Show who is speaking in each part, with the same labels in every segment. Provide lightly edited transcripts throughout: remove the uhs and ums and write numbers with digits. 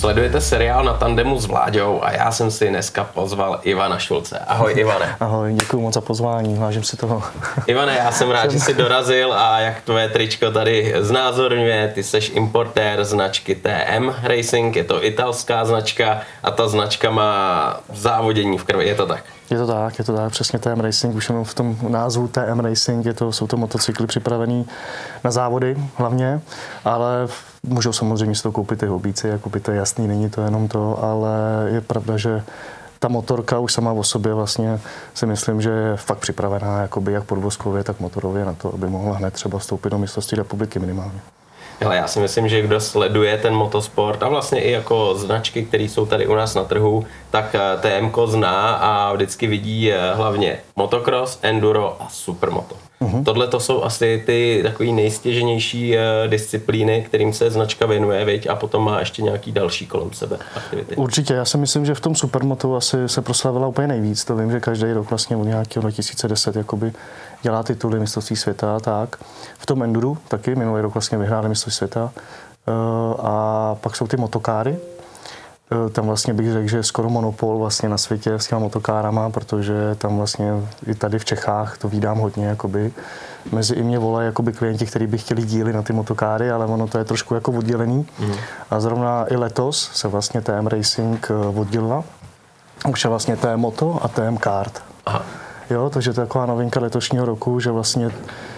Speaker 1: Sledujete seriál Na tandemu s Vláďou a já jsem si dneska pozval Ivana Šulce. Ahoj Ivane.
Speaker 2: Ahoj, děkuji moc za pozvání, vážím si toho.
Speaker 1: Ivane, já jsem rád, že jsi dorazil a jak tvoje tričko tady znázorňuje, ty seš importér značky TM Racing, je to italská značka a ta značka má závodění v krvi, je to tak?
Speaker 2: Je to tak, přesně TM Racing, už jenom v tom názvu TM Racing, jsou to motocykly připravený na závody hlavně, ale můžou samozřejmě si to koupit i hobíci, jako to je jasný, není to jenom to, ale je pravda, že ta motorka už sama o sobě vlastně si myslím, že je fakt připravená jakoby jak podvozkově, tak motorově na to, aby mohla hned třeba vstoupit do mistrovství republiky minimálně.
Speaker 1: Ale já si myslím, že kdo sleduje ten motosport a vlastně i jako značky, které jsou tady u nás na trhu, tak TMko zná a vždycky vidí hlavně motocross, enduro a supermoto. Tohle to jsou asi ty takový nejstěženější disciplíny, kterým se značka věnuje, viď? A potom má ještě nějaký další kolem sebe aktivity.
Speaker 2: Určitě, já si myslím, že v tom supermotu asi se proslavila úplně nejvíc. To vím, že každý rok vlastně od nějakého 2010 jakoby dělá tituly mistrovství světa a tak. V tom enduru taky, minulý rok vlastně vyhráli mistrovství světa. A pak jsou ty motokáry. Tam vlastně bych řekl, že je skoro monopol vlastně na světě s těma motokárama, protože tam vlastně i tady v Čechách to vídám hodně, jakoby. Mezi i mě volají jakoby klienti, kteří by chtěli díly na ty motokáry, ale ono to je trošku jako oddělený. A zrovna i letos se vlastně TM Racing oddělila. Už je vlastně TM Moto a TM Kart.
Speaker 1: Aha.
Speaker 2: Jo, takže to je taková novinka letošního roku, že vlastně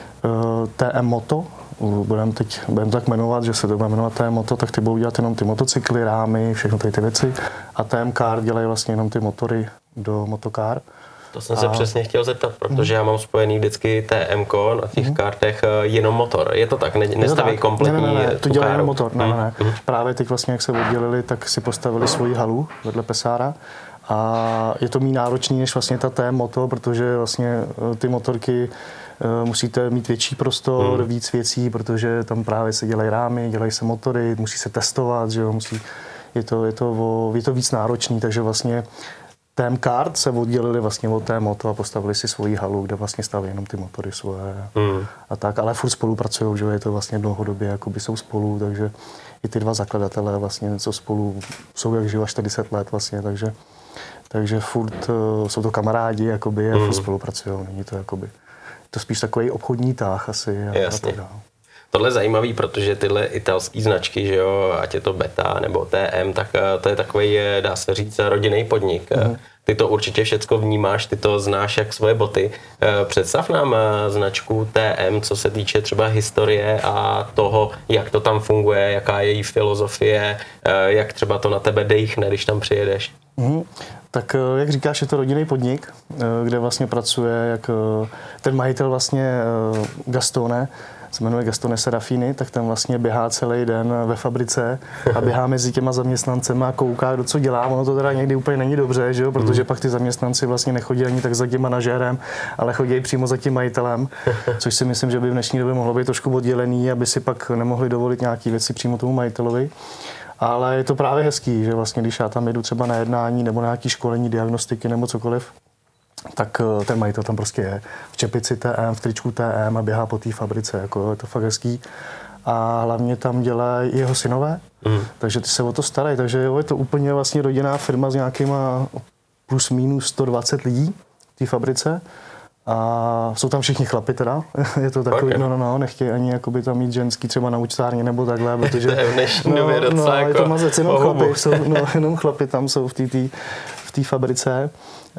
Speaker 2: TM Moto, budeme tak jmenovat, že se to bude jmenovat TM Moto, tak ty budou dělat jenom ty motocykly, rámy, všechno ty věci. A TM Kart dělají vlastně jenom ty motory do motokár.
Speaker 1: To jsem se přesně chtěl zeptat, protože já mám spojený vždycky TMko na těch kartech jenom motor. Je to tak? Nestaví kompletní
Speaker 2: ne, to dělá jenom
Speaker 1: motor.
Speaker 2: Ne. Právě teď vlastně, jak se oddělili, tak si postavili svoji halu vedle Pesára. A je to méně náročný než vlastně ta TM Moto, protože vlastně ty motorky musíte mít větší prostor, víc věcí, protože tam právě se dělají rámy, dělají se motory, musí se testovat, že jo, je to víc náročný, takže vlastně TM Kart se oddělili vlastně od TM Moto a postavili si svoji halu, kde vlastně staví jenom ty motory svoje a tak, ale furt spolupracují, že je to vlastně dlouhodobě, jakoby jsou spolu, takže i ty dva zakladatelé vlastně, co spolu jsou jak živa 40 let vlastně, takže furt jsou to kamarádi, jakoby, a furt spolupracují, není to jakoby, to spíš takový obchodní táh asi.
Speaker 1: Jasně. Tohle je zajímavý, protože tyhle italské značky, že jo, ať je to Beta nebo TM, tak to je takový, dá se říct, rodinný podnik. Ty to určitě všecko vnímáš, ty to znáš jak svoje boty. Představ nám značku TM, co se týče třeba historie a toho, jak to tam funguje, jaká je její filozofie, jak třeba to na tebe dejchne, když tam přijedeš.
Speaker 2: Tak jak říkáš, je to rodinný podnik, kde vlastně pracuje jak ten majitel vlastně Gastone, se jmenuje Gastone Serafini, tak ten vlastně běhá celý den ve fabrice a běhá mezi těma zaměstnancema a kouká, kdo co dělá. Ono to teda někdy úplně není dobře, že jo? Protože pak ty zaměstnanci vlastně nechodí ani tak za tím manažérem, ale chodí přímo za tím majitelem, což si myslím, že by v dnešní době mohlo být trošku oddělený, aby si pak nemohli dovolit nějaké věci přímo tomu majitelovi. Ale je to právě hezký, že vlastně když já tam jedu třeba na jednání nebo na nějaké školení, diagnostiky nebo cokoliv, tak ten majitel tam prostě je v čepici TM, v tričku TM a běhá po té fabrice, jako je to fakt hezký. A hlavně tam dělají jeho synové, takže ty se o to starají, takže jo, je to úplně vlastně rodinná firma s nějakýma plus minus 120 lidí v té fabrice. A jsou tam všichni chlapi teda, je to takový, nechtějí ani jakoby tam mít ženský třeba na účtárně nebo takhle, protože
Speaker 1: to je v dnešní době docela
Speaker 2: je to mazec, jenom chlapi tam jsou v té fabrice.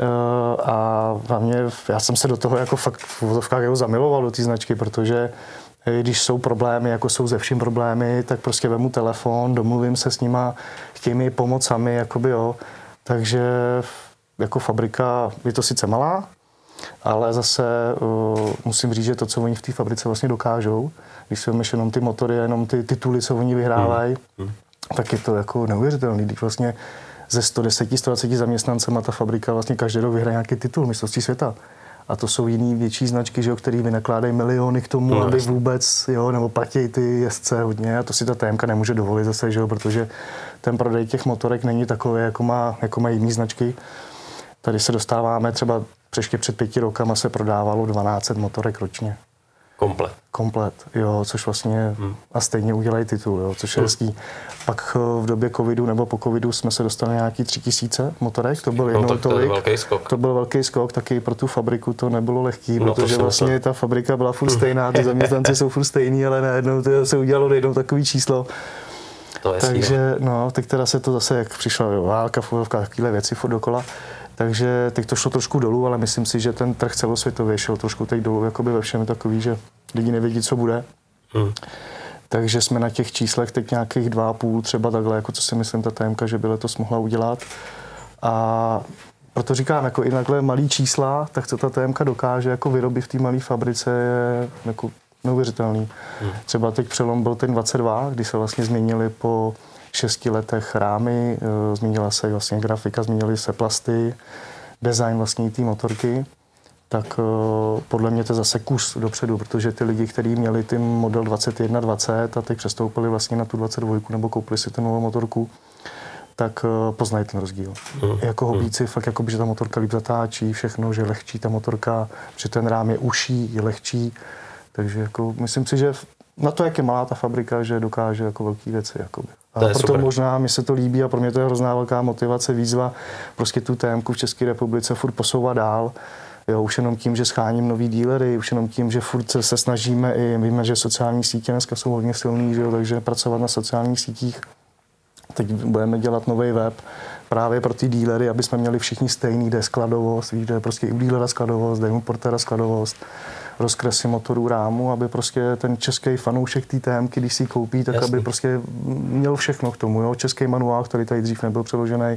Speaker 2: A hlavně já jsem se do toho jako fakt v vozovkách zamiloval do té značky, protože když jsou problémy, jako jsou ze vším problémy, tak prostě vemu telefon, domluvím se s nima, chtějí mi pomoct sami, jakoby jo. Takže jako fabrika je to sice malá, ale zase musím říct, že to, co oni v té fabrice vlastně dokážou, když si vemeš jenom ty motory, jenom ty tituly, co oni vyhrávají, tak je to jako neuvěřitelný. Když vlastně ze 110-120 zaměstnancema ta fabrika vlastně každý rok vyhraje nějaký titul mistrovství světa. A to jsou jiný větší značky, že, který vynakládají miliony k tomu, aby vůbec, jo, nebo platí ty jezdce hodně. A to si ta TMka nemůže dovolit zase, že, protože ten prodej těch motorek není takový, jako mají jiný značky. Tady se dostáváme třeba před 5 rokama se prodávalo 1200 motorek ročně.
Speaker 1: Komplet,
Speaker 2: jo, což vlastně a stejně udělají titul, jo, což je hezký. Pak v době covidu nebo po covidu jsme se dostali nějaký 3000 motorek, to byl jednou
Speaker 1: tak
Speaker 2: tolik.
Speaker 1: To byl velký skok.
Speaker 2: To byl velký skok, taky pro tu fabriku to nebylo lehký, protože vlastně ta fabrika byla furt stejná, ty zaměstnanci jsou furt stejný, ale najednou to se udělalo jednou takový číslo. Takže no, teď teda se to zase, jak přišla válka, takovéhle věci furt dokola, takže teď to šlo trošku dolů, ale myslím si, že ten trh celosvětově šel trošku teď dolů, jakoby ve všem je takový, že lidi nevědí, co bude. Takže jsme na těch číslech teď nějakých 2,5 třeba takhle, jako co si myslím ta TMK, že by letos mohla udělat. A proto říkám, jako i takhle malý čísla, tak co ta TMK dokáže jako vyrobit v té malé fabrice je jako neuvěřitelný. Třeba teď přelom byl ten 22, kdy se vlastně změnili po 6 letech rámy, změnila se vlastně grafika, změnily se plasty, design vlastně té motorky. Tak podle mě to je zase kus dopředu, protože ty lidi, kteří měli ten model 2120 a teď přestoupili vlastně na tu 22 nebo koupili si tu novou motorku, tak poznají ten rozdíl. Jako hobíci fakt jakoby, že ta motorka líp zatáčí, všechno, že lehčí ta motorka, že ten rám je uší, je lehčí. Takže jako, myslím si, že na to, jak je malá ta fabrika, že dokáže jako velké věci. Jakoby. A proto super. Možná mi se to líbí a pro mě to je hrozná velká motivace, výzva prostě tu témku v České republice furt posouvat dál. Jo, už jenom tím, že scháním nový dílery, už jenom tím, že furt se snažíme i, víme, že sociální sítě dneska jsou hodně silný, že jo, takže pracovat na sociálních sítích. Teď budeme dělat nový web právě pro ty dílery, aby jsme měli všichni stejný, kde je skladovost, víš, kde je prostě i u dílera skladovost, kde je importéra skladovost, rozkresy motorů, rámu, aby prostě ten český fanoušek té TMky, když si ji koupí, tak aby prostě měl všechno k tomu, jo, český manuál, který tady dřív nebyl přeložený,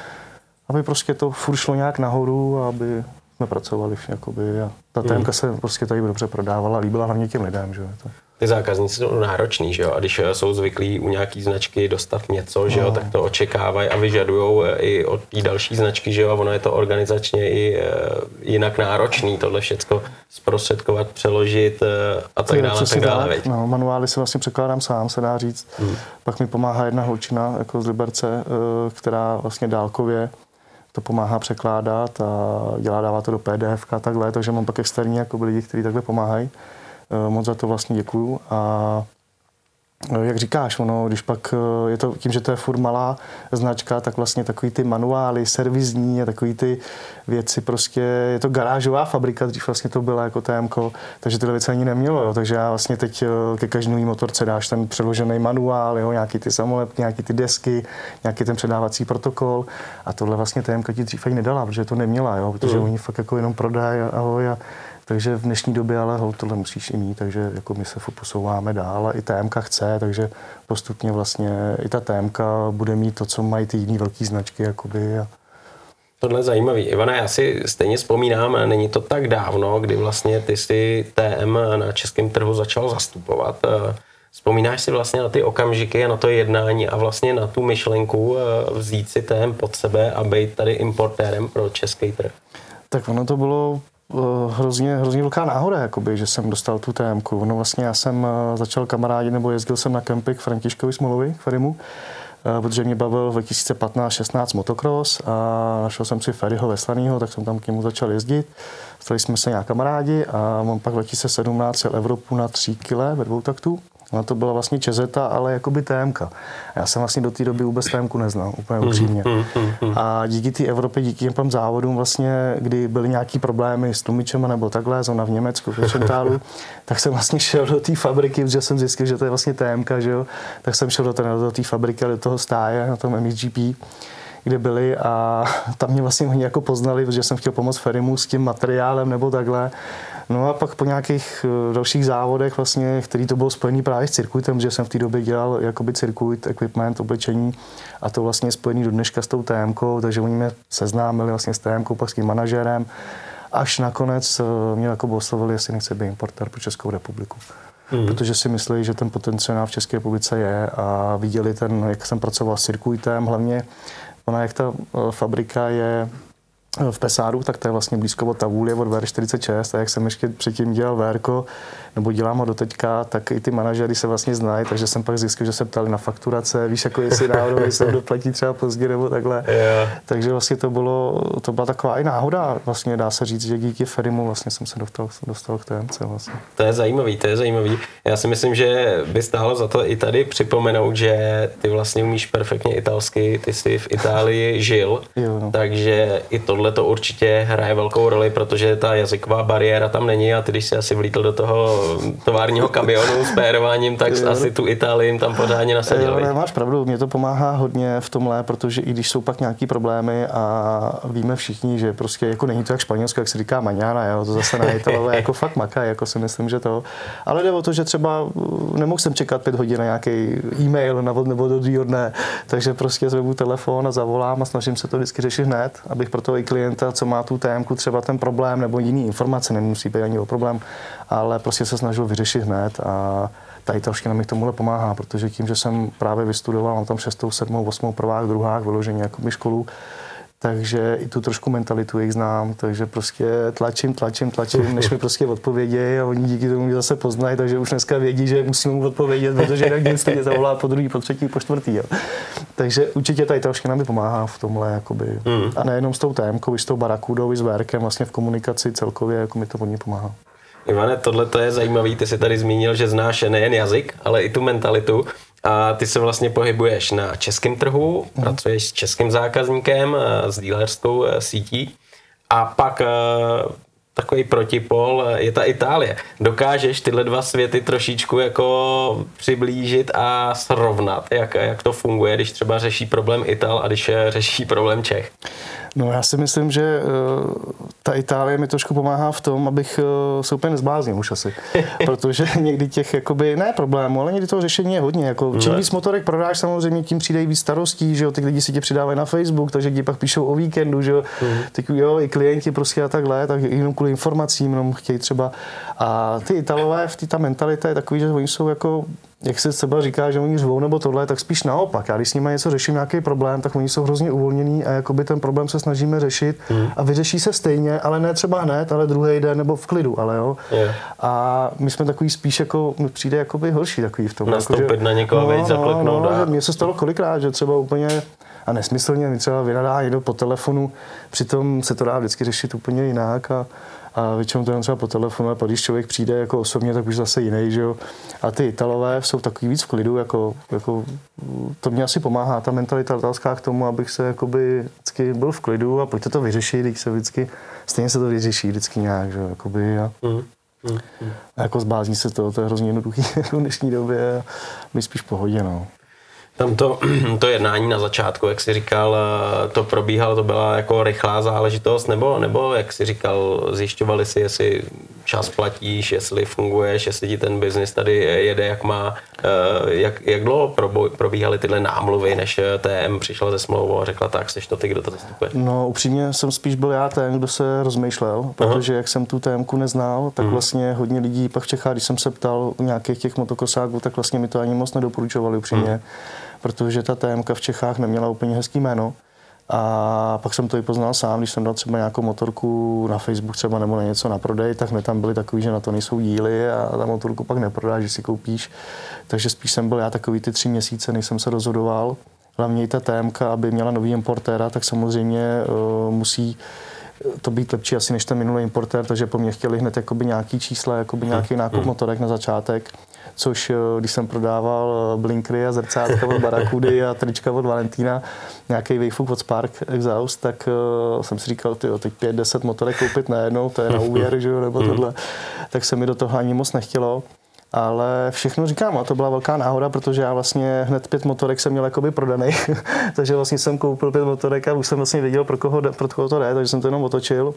Speaker 2: aby prostě to furt šlo nějak nahoru a aby jsme pracovali jakoby, a ta TMka se prostě tady dobře prodávala, líbila hlavně těm lidem, že jo.
Speaker 1: Ty zákazníci jsou nároční, že jo, a když jsou zvyklí u nějaký značky dostat něco, že jo, tak to očekávají a vyžadujou i od té další značky, že jo, a ono je to organizačně i jinak náročný, tohle všecko zprostředkovat, přeložit a tak dále.
Speaker 2: No, manuály se vlastně překládám sám, se dá říct. Pak mi pomáhá jedna holčina jako z Liberce, která vlastně dálkově to pomáhá překládat a dává to do PDF a takhle, takže mám pak externí jako lidi, kteří takhle pomáhají. Moc za to vlastně děkuju a jak říkáš, ono, když pak je to tím, že to je furt malá značka, tak vlastně takový ty manuály, servisní a takový ty věci prostě, je to garážová fabrika, dřív vlastně to byla jako TMko, takže tyhle věci ani nemělo, jo, takže já vlastně teď ke každé nový motorce dáš ten přeložený manuál, jo, nějaký ty samolepky, nějaký ty desky, nějaký ten předávací protokol a tohle vlastně TMka ti dřív ani nedala, protože to neměla, jo, protože oni fakt jako jenom prodají ahoj a takže v dnešní době ale tohle musíš i mít, takže jako my se posouváme dál a i TMK chce, takže postupně vlastně i ta TMK bude mít to, co mají ty jiný velký značky. Jakoby, a...
Speaker 1: Tohle je zajímavý. Ivane, já si stejně vzpomínám, není to tak dávno, kdy vlastně ty si TM na českém trhu začal zastupovat. Vzpomínáš si vlastně na ty okamžiky a na to jednání a vlastně na tu myšlenku vzít si TM pod sebe a být tady importérem pro český trh?
Speaker 2: Tak ono to bylo hrozně velká náhoda, jakoby, že jsem dostal tu TMku. No vlastně já jsem začal kamarádit, nebo jezdil jsem na kempy k Františkovi Smolovi, k Ferimu, protože mě bavil v 2015-16 motocross a našel jsem si Ferryho Veslanýho, tak jsem tam k němu začal jezdit. Stali jsme se nějak kamarádi a on pak v 2017 jel Evropu na 3 kile ve dvoutaktu. No to byla vlastně Čezeta, ale jakoby TMka. Já jsem vlastně do té doby vůbec TMku neznal, úplně upřímně. A díky té Evropě, díky těm závodům vlastně, kdy byly nějaký problémy s tlumičema nebo takhle, zóna v Německu, v Čentálu, tak jsem vlastně šel do té fabriky, protože jsem zjistil, že to je vlastně TMka, že jo. Tak jsem šel do té fabriky a do toho stáje na tom MXGP, kde byli a tam mě vlastně oni jako poznali, protože jsem chtěl pomoct Ferimu s tím materiálem nebo takhle. No a pak po nějakých dalších závodech vlastně, který to bylo spojený právě s cirkuitem, že jsem v té době dělal jakoby cirkuit, equipment, oblečení a to vlastně spojený do dneška s tou TMkou, takže oni mě seznámili vlastně s TMkou, pak s tím manažérem, až nakonec mě jako oslovili, jestli nechce být importér pro Českou republiku. Protože si myslí, že ten potenciál v České republice je a viděli ten, jak jsem pracoval s cirkuitem, hlavně ona, jak ta fabrika je v Pesáru, tak to je vlastně blízko od Tavůlie, od VR46 a jak jsem ještě předtím dělal VRko, nebo dělám ho doteďka, tak i ty manažery se vlastně znají, takže jsem pak zjistil, že se ptali na fakturace, víš, jako jestli náhodou se doplatí třeba pozdě nebo takhle. Takže vlastně to byla taková i náhoda, vlastně dá se říct, že díky Ferimu vlastně jsem se dostal k TMC vlastně.
Speaker 1: To je zajímavý. Já si myslím, že by stálo za to i tady připomenout, že ty vlastně umíš perfektně italsky, ty jsi v Itálii žil, takže i tohle to určitě hraje velkou roli, protože ta jazyková bariéra tam není a ty, když jsi asi vlítl do toho továrního kamionu s pérováním, tak asi tu Itálii jim tam pořádně nasadili.
Speaker 2: Ne, máš pravdu, mě to pomáhá hodně v tomhle, protože i když jsou pak nějaký problémy a víme všichni, že prostě jako není to jak Španělsko, jak se říká maňána, jo, to zase na Italové jako fakt makají, jako si myslím, že to. Ale jde o to, že třeba nemohl jsem čekat 5 hodin na nějaký e-mail nebo do 2 dne, takže prostě zvedu telefon a zavolám a snažím se to vždycky řešit hned, abych pro toho i klienta, co má tu témku, třeba ten problém nebo jiný informace, nemusí být ani o problém, ale prostě se snažil vyřešit hned a ta italština mi k tomuhle pomáhá, protože tím, že jsem právě vystudoval, mám tam 6., 7., 8., prvák, druhák, vyloženě jakoby školu, takže i tu trošku mentalitu jich znám, takže prostě tlačím, než mi prostě odpovědějí a oni díky tomu mě zase poznají, takže už dneska vědí, že musím mu odpovědět, protože jinak den stejně zavolá po druhý, po třetí, po čtvrtý. Jo. Takže určitě ta italština mi pomáhá v tomhle, jakoby. A nejenom s tou témkou, i s tou barakudou, i s Vérkem, vlastně v komunikaci celkově, jako mi to hodně pomáhá.
Speaker 1: Ivane, tohle to je zajímavý, ty jsi tady zmínil, že znáš nejen jazyk, ale i tu mentalitu. A ty se vlastně pohybuješ na českém trhu, pracuješ s českým zákazníkem, s dealerskou sítí a pak takový protipol je ta Itálie. Dokážeš tyhle dva světy trošičku jako přiblížit a srovnat, jak to funguje, když třeba řeší problém Ital a když řeší problém Čech?
Speaker 2: No já si myslím, že ta Itálie mi trošku pomáhá v tom, abych se úplně nezbláznil už asi. Protože někdy těch jakoby, ne problémů, ale někdy toho řešení je hodně. Jako, čím víc motorek prodáš, samozřejmě tím přijde i víc starostí, že jo, ty lidi si tě přidávají na Facebook, takže ti pak píšou o víkendu, že jo, teď jo, i klienti prostě a takhle, tak jenom kvůli informacím, jenom chtějí třeba. A ty Italové, ta mentalita je takový, že oni jsou jako, jak se třeba říká, že oni řvou nebo tohle, tak spíš naopak. Já když s nimi něco řeším, nějaký problém, tak oni jsou hrozně uvolnění a jakoby ten problém se snažíme řešit a vyřeší se stejně, ale ne třeba hned, ale druhý den nebo v klidu, ale jo. A my jsme takový spíš jako, mi přijde jakoby horší takový v tom.
Speaker 1: Nastoupit jako, že, na někoho veď zakleknout.
Speaker 2: Mně se stalo kolikrát, že třeba úplně a nesmyslně mi třeba vynadá někdo po telefonu, přitom se to dá vždycky řešit úplně jinak a většinou to jen třeba po telefonu, a když člověk přijde jako osobně, tak už zase jiný, že jo. A ty Italové jsou takový víc v klidu, jako to mě asi pomáhá, ta mentalita italská k tomu, abych se jakoby vždycky byl v klidu a pojďte to vyřešit, když se vždycky, stejně se to vyřeší vždycky nějak, že jo, jakoby a jako zblázní se to je hrozně jednoduchý v dnešní době a být spíš v pohodě, no.
Speaker 1: Tam to jednání na začátku, jak jsi říkal, to probíhalo, to byla jako rychlá záležitost, nebo jak jsi říkal, zjišťovali si, jestli čas platíš, jestli funguješ, jestli ti ten biznis tady jede, jak má, jak dlouho probíhaly tyhle námluvy, než TM přišla ze smlouvou a řekla tak, seš to ty, kdo to zastupuje?
Speaker 2: No upřímně jsem spíš byl já ten, kdo se rozmýšlel, protože jak jsem tu TMku neznal, tak vlastně hodně lidí pak v Čechách, když jsem se ptal u nějakých těch motokrosáků, tak vlastně mi to ani moc nedoporučovali upřímně. Protože ta TMka v Čechách neměla úplně hezký jméno. A pak jsem to i poznal sám, když jsem dal třeba nějakou motorku na Facebook třeba nebo na něco na prodej, tak ne tam byli takový, že na to nejsou díly a ta motorku pak neprodáš, že si koupíš. Takže spíš jsem byl já takový ty 3 měsíce, než jsem se rozhodoval. Hlavně i ta TMka, aby měla nový importéra, tak samozřejmě musí to být lepší asi než ten minulý importér, takže po mně chtěli hned jakoby nějaký čísla, jakoby nějaký nákup motorek na začátek. Což když jsem prodával blinkry a zrcátka od Barakudy a trička od Valentína, nějaký výfuk od Spark Exhaust, tak jsem si říkal, tyjo, teď 5-10 motorek koupit najednou, to je na úvěr, že jo, nebo tohle. Tak se mi do toho ani moc nechtělo. Ale všechno říkám, a to byla velká náhoda, protože já vlastně hned 5 motorek jsem měl jakoby prodaných, takže vlastně jsem koupil 5 motorek a už jsem vlastně věděl, pro koho to jde, takže jsem to jenom otočil.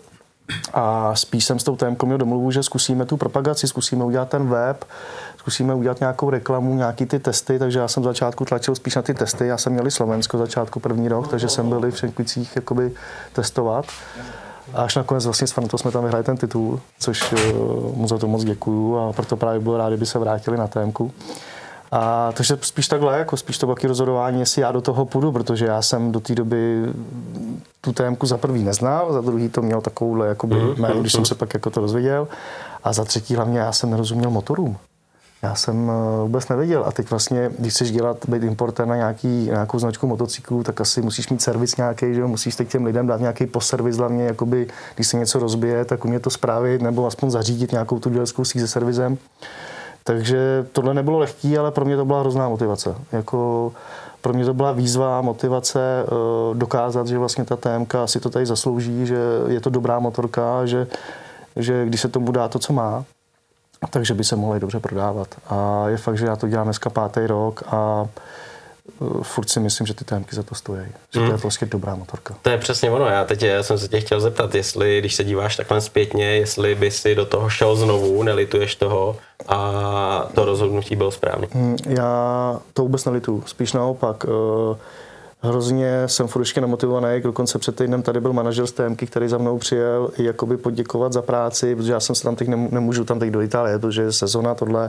Speaker 2: A spíš jsem s tou témkou měl domluvu, že zkusíme tu propagaci, zkusíme udělat ten web, zkusíme udělat nějakou reklamu, nějaký ty testy, takže já jsem v začátku tlačil spíš na ty testy, já jsem měl i Slovensko začátku první rok, takže jsem byl i v Šenkvicích jakoby testovat. A až nakonec vlastně s Fantou jsme tam vyhráli ten titul, což mu za to moc děkuju a proto právě byl rád, kdyby se vrátili na témku. A takže spíš takhle, jako spíš to taky rozhodování, jestli já do toho půjdu, protože já jsem do té doby tu témku za prvý neznal, za druhý to měl takovouhle jakoby jméno, když jsem se pak jako to dozvěděl. A za třetí hlavně já jsem nerozuměl motorům. Já jsem vůbec nevěděl. A teď vlastně, když chceš být importer na nějakou značku motocyklů, tak asi musíš mít servis nějaký, že jo? Musíš teď těm lidem dát nějaký poservis, hlavně jakoby, když se něco rozbije, tak umět to spravit nebo aspoň zařídit nějakou tu dílerskou síť se servisem. Takže tohle nebylo lehký, ale pro mě to byla hrozná motivace. Jako pro mě to byla výzva, motivace dokázat, že vlastně ta TMK si to tady zaslouží, že je to dobrá motorka, že když se tomu dá to, co má, takže by se mohla i dobře prodávat. A je fakt, že já to dělám dneska 5. rok a furt si myslím, že ty témky za to stojí. Že to je prostě dobrá motorka.
Speaker 1: To je přesně ono. Já jsem se tě chtěl zeptat, jestli, když se díváš takhle zpětně, jestli by si do toho šel znovu, nelituješ toho a to rozhodnutí bylo správně.
Speaker 2: Já to vůbec nelituju. Spíš naopak. Hrozně jsem furt ještě namotivovaný, dokonce před týdnem tady byl manažer z TMky, který za mnou přijel i jakoby poděkovat za práci, protože já jsem se tam teď nemůžu tam teď do Itálie, protože je sezona tohle.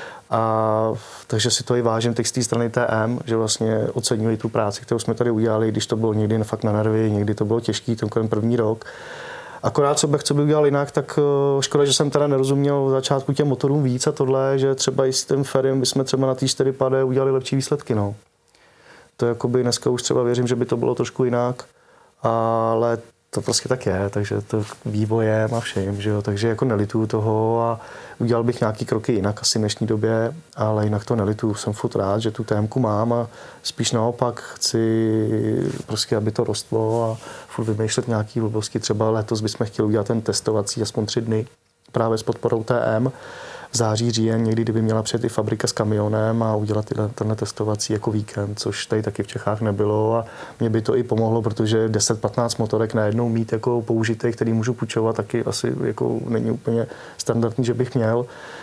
Speaker 2: A takže si to i vážím teď z té strany TM, že vlastně oceňují tu práci, kterou jsme tady udělali, když to bylo někdy fakt na nervy, někdy to bylo těžký, ten první rok. Akorát co by udělal jinak, tak škoda, že jsem teda nerozuměl v začátku těm motorům víc a tohle, že třeba i s tím Ferrym bychom třeba na té 4pade udělali lepší výsledky, no. To jakoby dneska už třeba věřím, že by to bylo trošku jinak, ale to prostě tak je, takže to vývojem a všem, že jo, takže jako nelituju toho a udělal bych nějaký kroky jinak asi v dnešní době, ale jinak to nelituju, jsem furt rád, že tu témku mám a spíš naopak chci prostě, aby to rostlo a furt vymýšlet nějaký blbosti, třeba letos bychom chtěli udělat ten testovací aspoň 3 dny právě s podporou TM, v září, říjen, někdy, kdyby měla přijet i fabrika s kamionem a udělat tenhle testovací jako víkend, což tady taky v Čechách nebylo a mě by to i pomohlo, protože 10-15 motorek najednou mít jako použitých, který můžu půjčovat, taky asi jako není úplně standardní, že bych měl.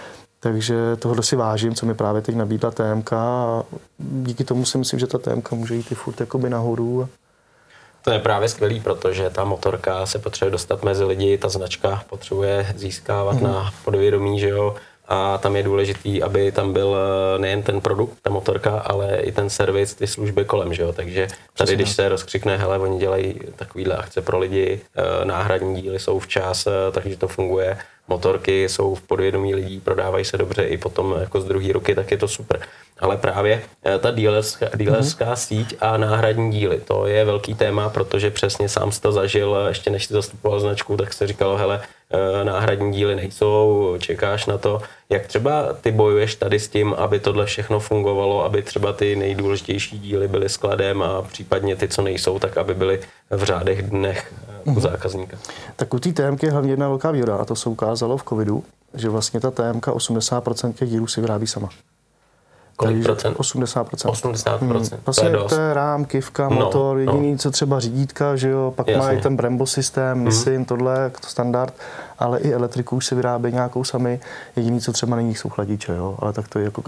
Speaker 2: Takže tohle si vážím, co mi právě teď nabídla TMK a díky tomu si myslím, že ta TMK může jít i furt jakoby nahoru.
Speaker 1: To je právě skvělý, protože ta motorka se potřebuje dostat mezi lidi, ta značka potřebuje získávat na podvědomí, že jo. A tam je důležitý, aby tam byl nejen ten produkt, ta motorka, ale i ten servis, ty služby kolem, že jo. Takže tady, když se rozkřikne, hele, oni dělají takovýhle akce pro lidi, náhradní díly jsou včas, takže to funguje. Motorky jsou v podvědomí lidí, prodávají se dobře i potom jako z druhé ruky, tak je to super. Ale právě ta dealerská síť a náhradní díly, to je velký téma, protože přesně sám jsi to zažil, ještě než jsi zastupoval značku, tak se říkalo, hele, náhradní díly nejsou, čekáš na to. Jak třeba ty bojuješ tady s tím, aby tohle všechno fungovalo, aby třeba ty nejdůležitější díly byly skladem a případně ty, co nejsou, tak aby byly v řádech dnech u zákazníka? Tak
Speaker 2: u té TMK je hlavně jedna velká výhoda a to se ukázalo v covidu, že vlastně ta TMK 80% těch dílů si vyrábí sama.
Speaker 1: Kolik procent?
Speaker 2: 80%.
Speaker 1: 80%.
Speaker 2: Vlastně to je rám, kivka, motor, jediný co třeba řídítka, že jo, pak mají ten Brembo systém, Nissin, tohle, jak to standard, ale i elektriku už si vyrábějí nějakou sami, jediný co třeba není jsou chladiče, jo, ale tak to je jako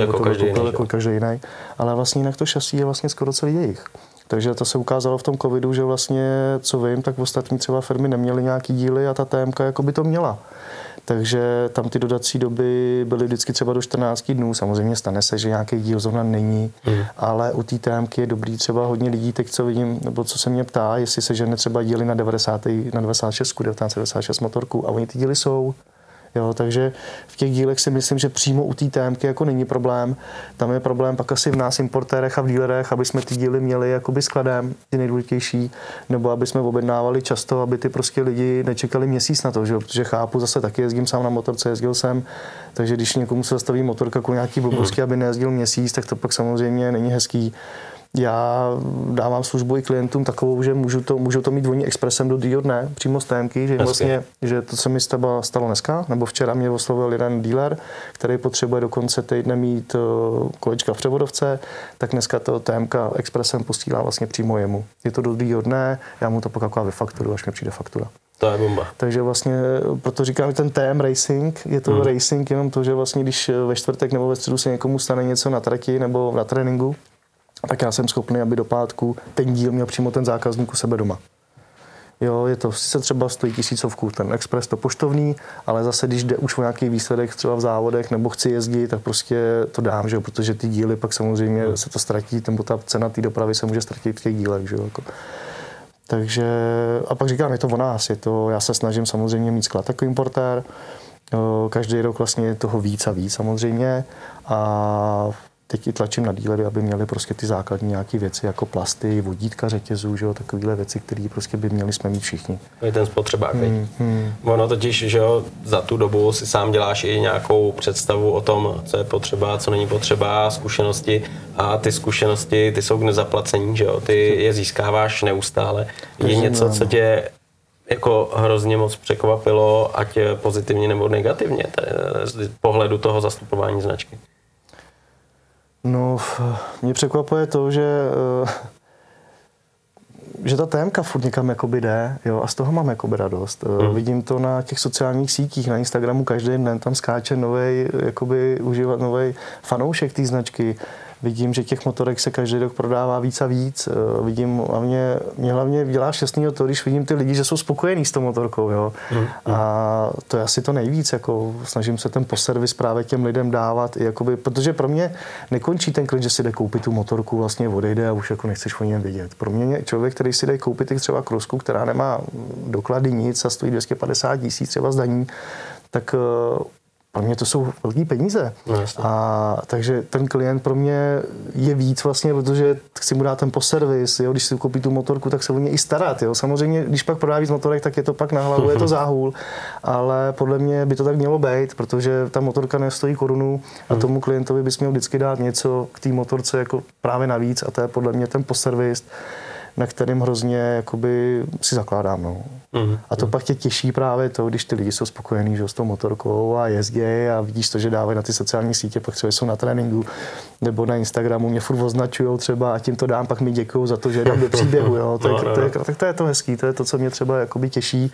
Speaker 2: každý jiný. Ale vlastně jinak to šasí je vlastně skoro celý jejich. Takže to se ukázalo v tom covidu, že vlastně, co vím, tak ostatní třeba firmy neměly nějaký díly a ta TMK jako by to měla. Takže tam ty dodací doby byly vždycky třeba do 14 dnů. Samozřejmě stane se, že nějaký díl zrovna není, ale u té TMky je dobrý třeba hodně lidí, teď co vidím, nebo co se mě ptá, jestli se žene třeba díly na 1996 motorku a oni ty díly jsou. Jo, takže v těch dílech si myslím, že přímo u té TMky jako není problém. Tam je problém pak asi v nás importérech a v dílerech, aby jsme ty díly měli jakoby skladem, ty nejdůležitější, nebo aby jsme objednávali často, aby ty prostě lidi nečekali měsíc na to, že? Protože chápu, zase taky jezdím sám na motorce, jezdil jsem, takže když někomu se zastaví motorka kvůli nějaký blbosti, aby nejezdil měsíc, tak to pak samozřejmě není hezký. Já dávám službu i klientům takovou, že můžou to mít oni expresem do druhého dne, přímo z TMky, že vlastně, že to se mi stalo dneska, nebo včera mě oslovil jeden dealer, který potřebuje do konce týdne mít kolečka v převodovce, tak dneska to TMK expresem posílá vlastně přímo jemu. Je to do druhého dne, já mu to pak jako vyfakturuji, až mi přijde faktura.
Speaker 1: To je bomba.
Speaker 2: Takže vlastně, proto říkám, ten TM Racing, je to racing jenom to, že vlastně když ve čtvrtek nebo ve středu se někomu stane něco na trati nebo na tréninku, tak já jsem schopný, aby do pátku ten díl měl přímo ten zákazník u sebe doma. Jo, je to, sice třeba stojí 1000, ten Express to poštovní, ale zase, když jde už o nějaký výsledek třeba v závodech nebo chci jezdit, tak prostě to dám, že jo, protože ty díly pak samozřejmě se to ztratí, nebo ta cena té dopravy se může ztratit v těch dílech, že jo, jako. Takže, a pak říkám, je to o nás, já se snažím samozřejmě mít sklad jako importér, každý rok vlastně je toho víc a víc samozřejmě a teď i tlačím na dílery, aby měli prostě ty základní nějaké věci, jako plasty, vodítka řetězů, že jo, takovéhle věci, které prostě by měli jsme mít všichni.
Speaker 1: Je ten spotřebák, Ono totiž, že jo, za tu dobu si sám děláš i nějakou představu o tom, co je potřeba, co není potřeba, zkušenosti a ty zkušenosti, ty jsou k nezaplacení, že jo, ty je získáváš neustále. Je něco, co tě jako hrozně moc překvapilo, ať pozitivně nebo negativně, z pohledu toho zastupování značky?
Speaker 2: No, mě překvapuje to, že ta témka furt někam jakoby jde, jo, a z toho mám jakoby radost. Vidím to na těch sociálních sítích, na Instagramu každý den tam skáče novej fanoušek té značky. Vidím, že těch motorek se každý rok prodává víc a víc. Vidím, a mě hlavně dělá šťastného to, když vidím ty lidi, že jsou spokojení s tou motorkou. Jo. A to je asi to nejvíc. Jako, snažím se ten poservis právě těm lidem dávat. Jakoby, protože pro mě nekončí ten klient, že si jde koupit tu motorku, vlastně odejde a už jako nechceš o něm vidět. Pro mě člověk, který si jde koupit třeba krosku, která nemá doklady nic a stojí 250 000 třeba z daní, tak pro mě to jsou velký peníze. A takže ten klient pro mě je víc vlastně, protože chci mu dát ten poservis, jo, když si koupí tu motorku, tak se o ně i starat, jo. Samozřejmě, když pak prodá víc motorek, tak je to pak na hlavu, je to záhul, ale podle mě by to tak mělo být, protože ta motorka nestojí korunu a tomu klientovi bys měl vždycky dát něco k té motorce jako právě navíc a to je podle mě ten poservis, na kterým hrozně jakoby si zakládám. No. A to pak tě těší právě to, když ty lidi jsou spokojení, že, s tou motorkou a jezdí a vidíš to, že dávají na ty sociální sítě, pak třeba jsou na tréninku nebo na Instagramu, mě furt označujou třeba a tím to dám, pak mi děkuju za to, že jdem do příběhu. Jo. Tak to je to hezký, to je to, co mě třeba jakoby těší.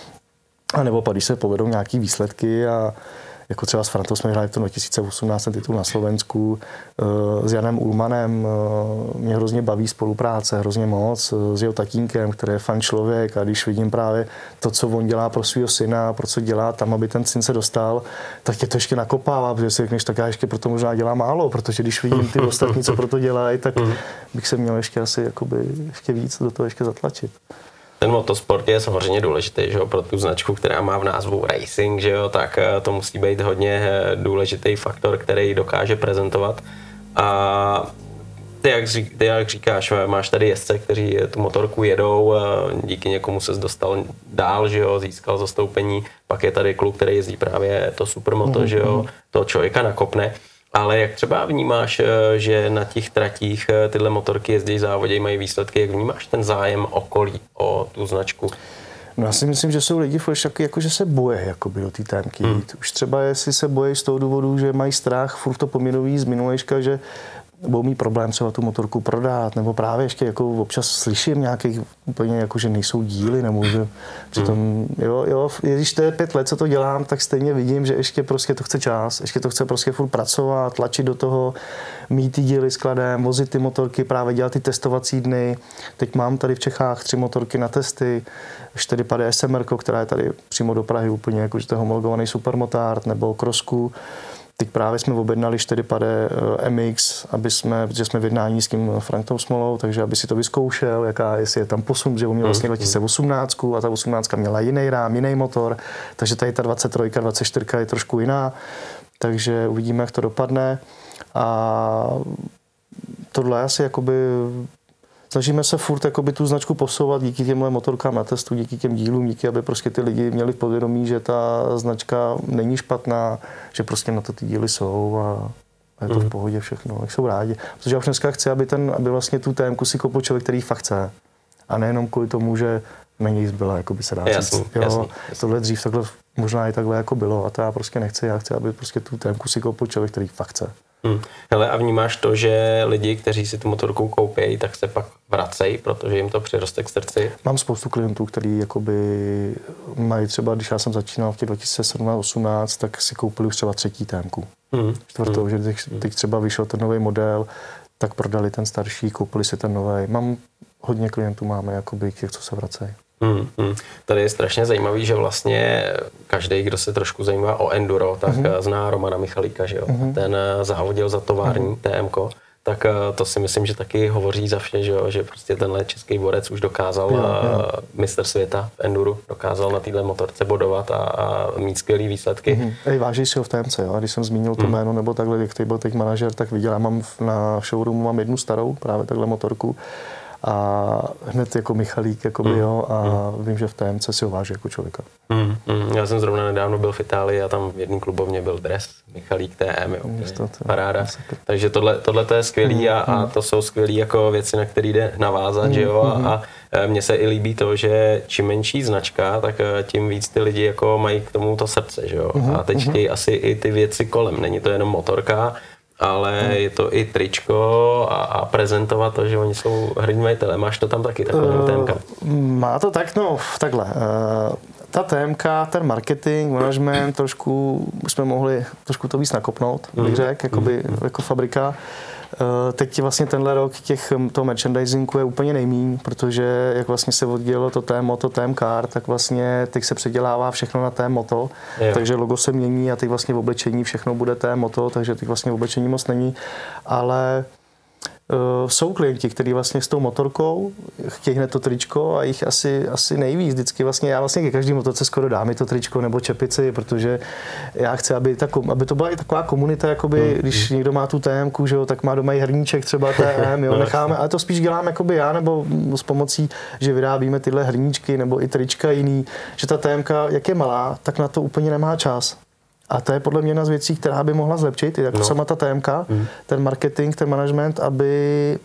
Speaker 2: A nebo pak, když se povedou nějaký výsledky a jako třeba s Frantou jsme hráli v tom 2018 titul na Slovensku, s Janem Ullmanem mě hrozně baví spolupráce, hrozně moc, s jeho tatínkem, který je fan člověk a když vidím právě to, co on dělá pro svého syna, pro co dělá tam, aby ten syn se dostal, tak tě to ještě nakopává, protože si řekneš, tak já ještě pro to možná dělám málo, protože když vidím ty ostatní, co pro to dělají, tak bych se měl ještě asi jakoby, ještě víc do toho ještě zatlačit.
Speaker 1: Ten motosport je samozřejmě důležitý, že jo, pro tu značku, která má v názvu racing, že jo, tak to musí být hodně důležitý faktor, který dokáže prezentovat. A ty jak říkáš, máš tady jezdce, kteří tu motorku jedou, díky někomu ses dostal dál, že jo, získal zastoupení, pak je tady kluk, který jezdí právě to supermoto, že jo, toho člověka nakopne. Ale jak třeba vnímáš, že na těch tratích tyhle motorky jezdí závodě, mají výsledky, jak vnímáš ten zájem okolí o tu značku?
Speaker 2: No já si myslím, že jsou lidi jako, že se bojí jakoby, do té témky jít. Už třeba jestli se bojí z toho důvodu, že mají strach, furt to pominují z minulejška, že budou mít problém třeba tu motorku prodat, nebo právě ještě jako občas slyším nějakých úplně jako, že nejsou díly, nebo že přitom, jo, když to je 5 let, co to dělám, tak stejně vidím, že ještě prostě to chce čas, ještě to chce prostě furt pracovat, tlačit do toho, mít ty díly skladem, vozit ty motorky, právě dělat ty testovací dny. Teď mám tady v Čechách 3 motorky na testy, 4pady SMR, která je tady přímo do Prahy úplně, jakože to je homologovaný supermotard, nebo krosku. Teď právě jsme objednali 4pady MX, protože jsme v jednání s tím Frantou Smolou, takže aby si to vyzkoušel, jestli je tam posun, že on měl vlastně 2018 a ta 18 měla jiný rám, jiný motor, takže tady ta 23, 24 je trošku jiná, takže uvidíme, jak to dopadne. A tohle asi jakoby snažíme se furt jakoby tu značku posouvat díky těmhle motorkám na testu, díky těm dílům, díky, aby prostě ty lidi měli povědomí, že ta značka není špatná, že prostě na to ty díly jsou a je to v pohodě všechno, jak jsou rádi. Protože já už dneska chci, aby vlastně tu témku si kopl člověk, který fakt chce. A nejenom kvůli tomu, že na něj zbyla, jako by se dá říct. Jasný. Tohle dřív takhle možná i takhle jako bylo a to já prostě nechci. Já chci, aby prostě tu témku si kopl člověk, který fakt chce.
Speaker 1: Hele, a vnímáš to, že lidi, kteří si tu motorku koupí, tak se pak vracejí, protože jim to přiroste k srdci?
Speaker 2: Mám spoustu klientů, kteří jakoby mají třeba, když já jsem začínal v těch 2017-18, tak si koupili už třeba 3. témku. 4. že teď třeba vyšel ten nový model, tak prodali ten starší, koupili si ten nový. Mám hodně klientů, máme jakoby těch, co se vracejí.
Speaker 1: Tady je strašně zajímavý, že vlastně každý, kdo se trošku zajímá o enduro, tak zná Romana Michalíka, že jo? Ten závodil za tovární TMko. Tak to si myslím, že taky hovoří za vše, že, jo? Že prostě tenhle český borec už dokázal mistr světa v enduru, dokázal na téhle motorce bodovat a mít skvělý výsledky.
Speaker 2: Váží si ho v TMC, jo? Když jsem zmínil to jméno, nebo takhle, jak ty byl teď manažer, tak viděl, já mám na showroomu mám jednu starou, právě takhle motorku, a hned jako Michalík, jakoby, jo, a vím, že v TMC si ho váží jako člověka.
Speaker 1: Já jsem zrovna nedávno byl v Itálii a tam v jedné klubovně byl dres Michalík TM, jo, paráda. Takže tohle to je skvělý a to jsou skvělý jako věci, na které jde navázat, že jo, a mně se i líbí to, že čím menší značka, tak tím víc ty lidi jako mají k tomu to srdce, že jo, a teď chtějí asi i ty věci kolem, není to jenom motorka, ale je to i tričko a prezentovat to, že oni jsou hrdní majitele. Máš to tam taky, takový TMK?
Speaker 2: Má to tak, no takhle. Ta TMK, ten marketing, management, trošku jsme mohli trošku to víc nakopnout, bych řekl, jako fabrika. Teď vlastně tenhle rok toho merchandisingu je úplně nejmíň, protože jak vlastně se oddělilo to T-Moto, TM-Car, tak vlastně teď se předělává všechno na T-Moto, takže logo se mění a teď vlastně v oblečení všechno bude T-Moto, takže teď vlastně v oblečení moc není, ale jsou klienti, kteří vlastně s tou motorkou chtějí hned to tričko a jich asi nejvíc. Vždycky vlastně já vlastně ke každý motorce skoro dám mi to tričko nebo čepici, protože já chci, aby to byla i taková komunita, jakoby, když někdo má tu TMku, že jo, tak má doma i hrníček třeba TM, jo, necháme, ale to spíš dělám jakoby já, nebo s pomocí, že vyrábíme tyhle hrníčky nebo i trička jiný, že ta TMka, jak je malá, tak na to úplně nemá čas. A to je podle mě jedna z věcí, která by mohla zlepšit, jako sama ta TMK, ten marketing, ten management, aby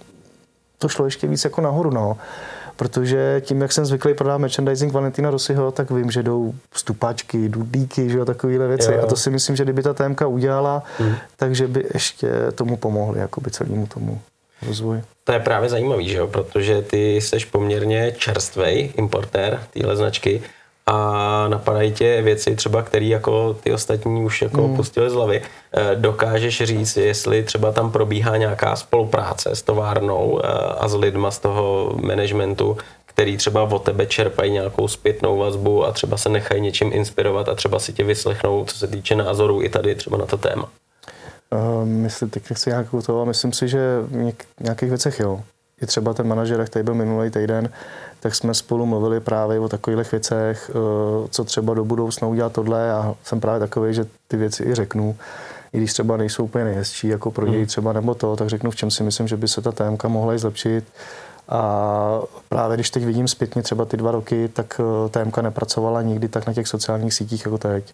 Speaker 2: to šlo ještě víc jako nahoru, no. Protože tím, jak jsem zvyklý prodávat merchandising Valentina Rossiho, tak vím, že jdou stupačky, dudíky, že jo, takovýhle věci. Jo. A to si myslím, že kdyby ta TMK udělala, takže by ještě tomu pomohli, jakoby celému tomu rozvoji.
Speaker 1: To je právě zajímavý, že jo, protože ty jsi poměrně čerstvej importér téhle značky. A napadají tě věci třeba, které jako ty ostatní už jako pustili z hlavy. Dokážeš říct, jestli třeba tam probíhá nějaká spolupráce s továrnou a s lidma z toho managementu, který třeba od tebe čerpají nějakou zpětnou vazbu a třeba se nechají něčím inspirovat a třeba si tě vyslechnou, co se týče názorů i tady třeba na to téma.
Speaker 2: Myslím, teď nechci nějakou toho, myslím si, že v nějakých věcech jo. I třeba ten manažer, který byl minulý týden, tak jsme spolu mluvili právě o takových věcech, co třeba do budoucna udělat tohle. A jsem právě takový, že ty věci i řeknu. I když třeba nejsou úplně nejhezčí, jako pro něj třeba nebo to, tak řeknu, v čem si myslím, že by se ta TMK mohla i zlepšit. A právě když teď vidím zpětně třeba ty 2 roky, tak TMK nepracovala nikdy tak na těch sociálních sítích jako teď.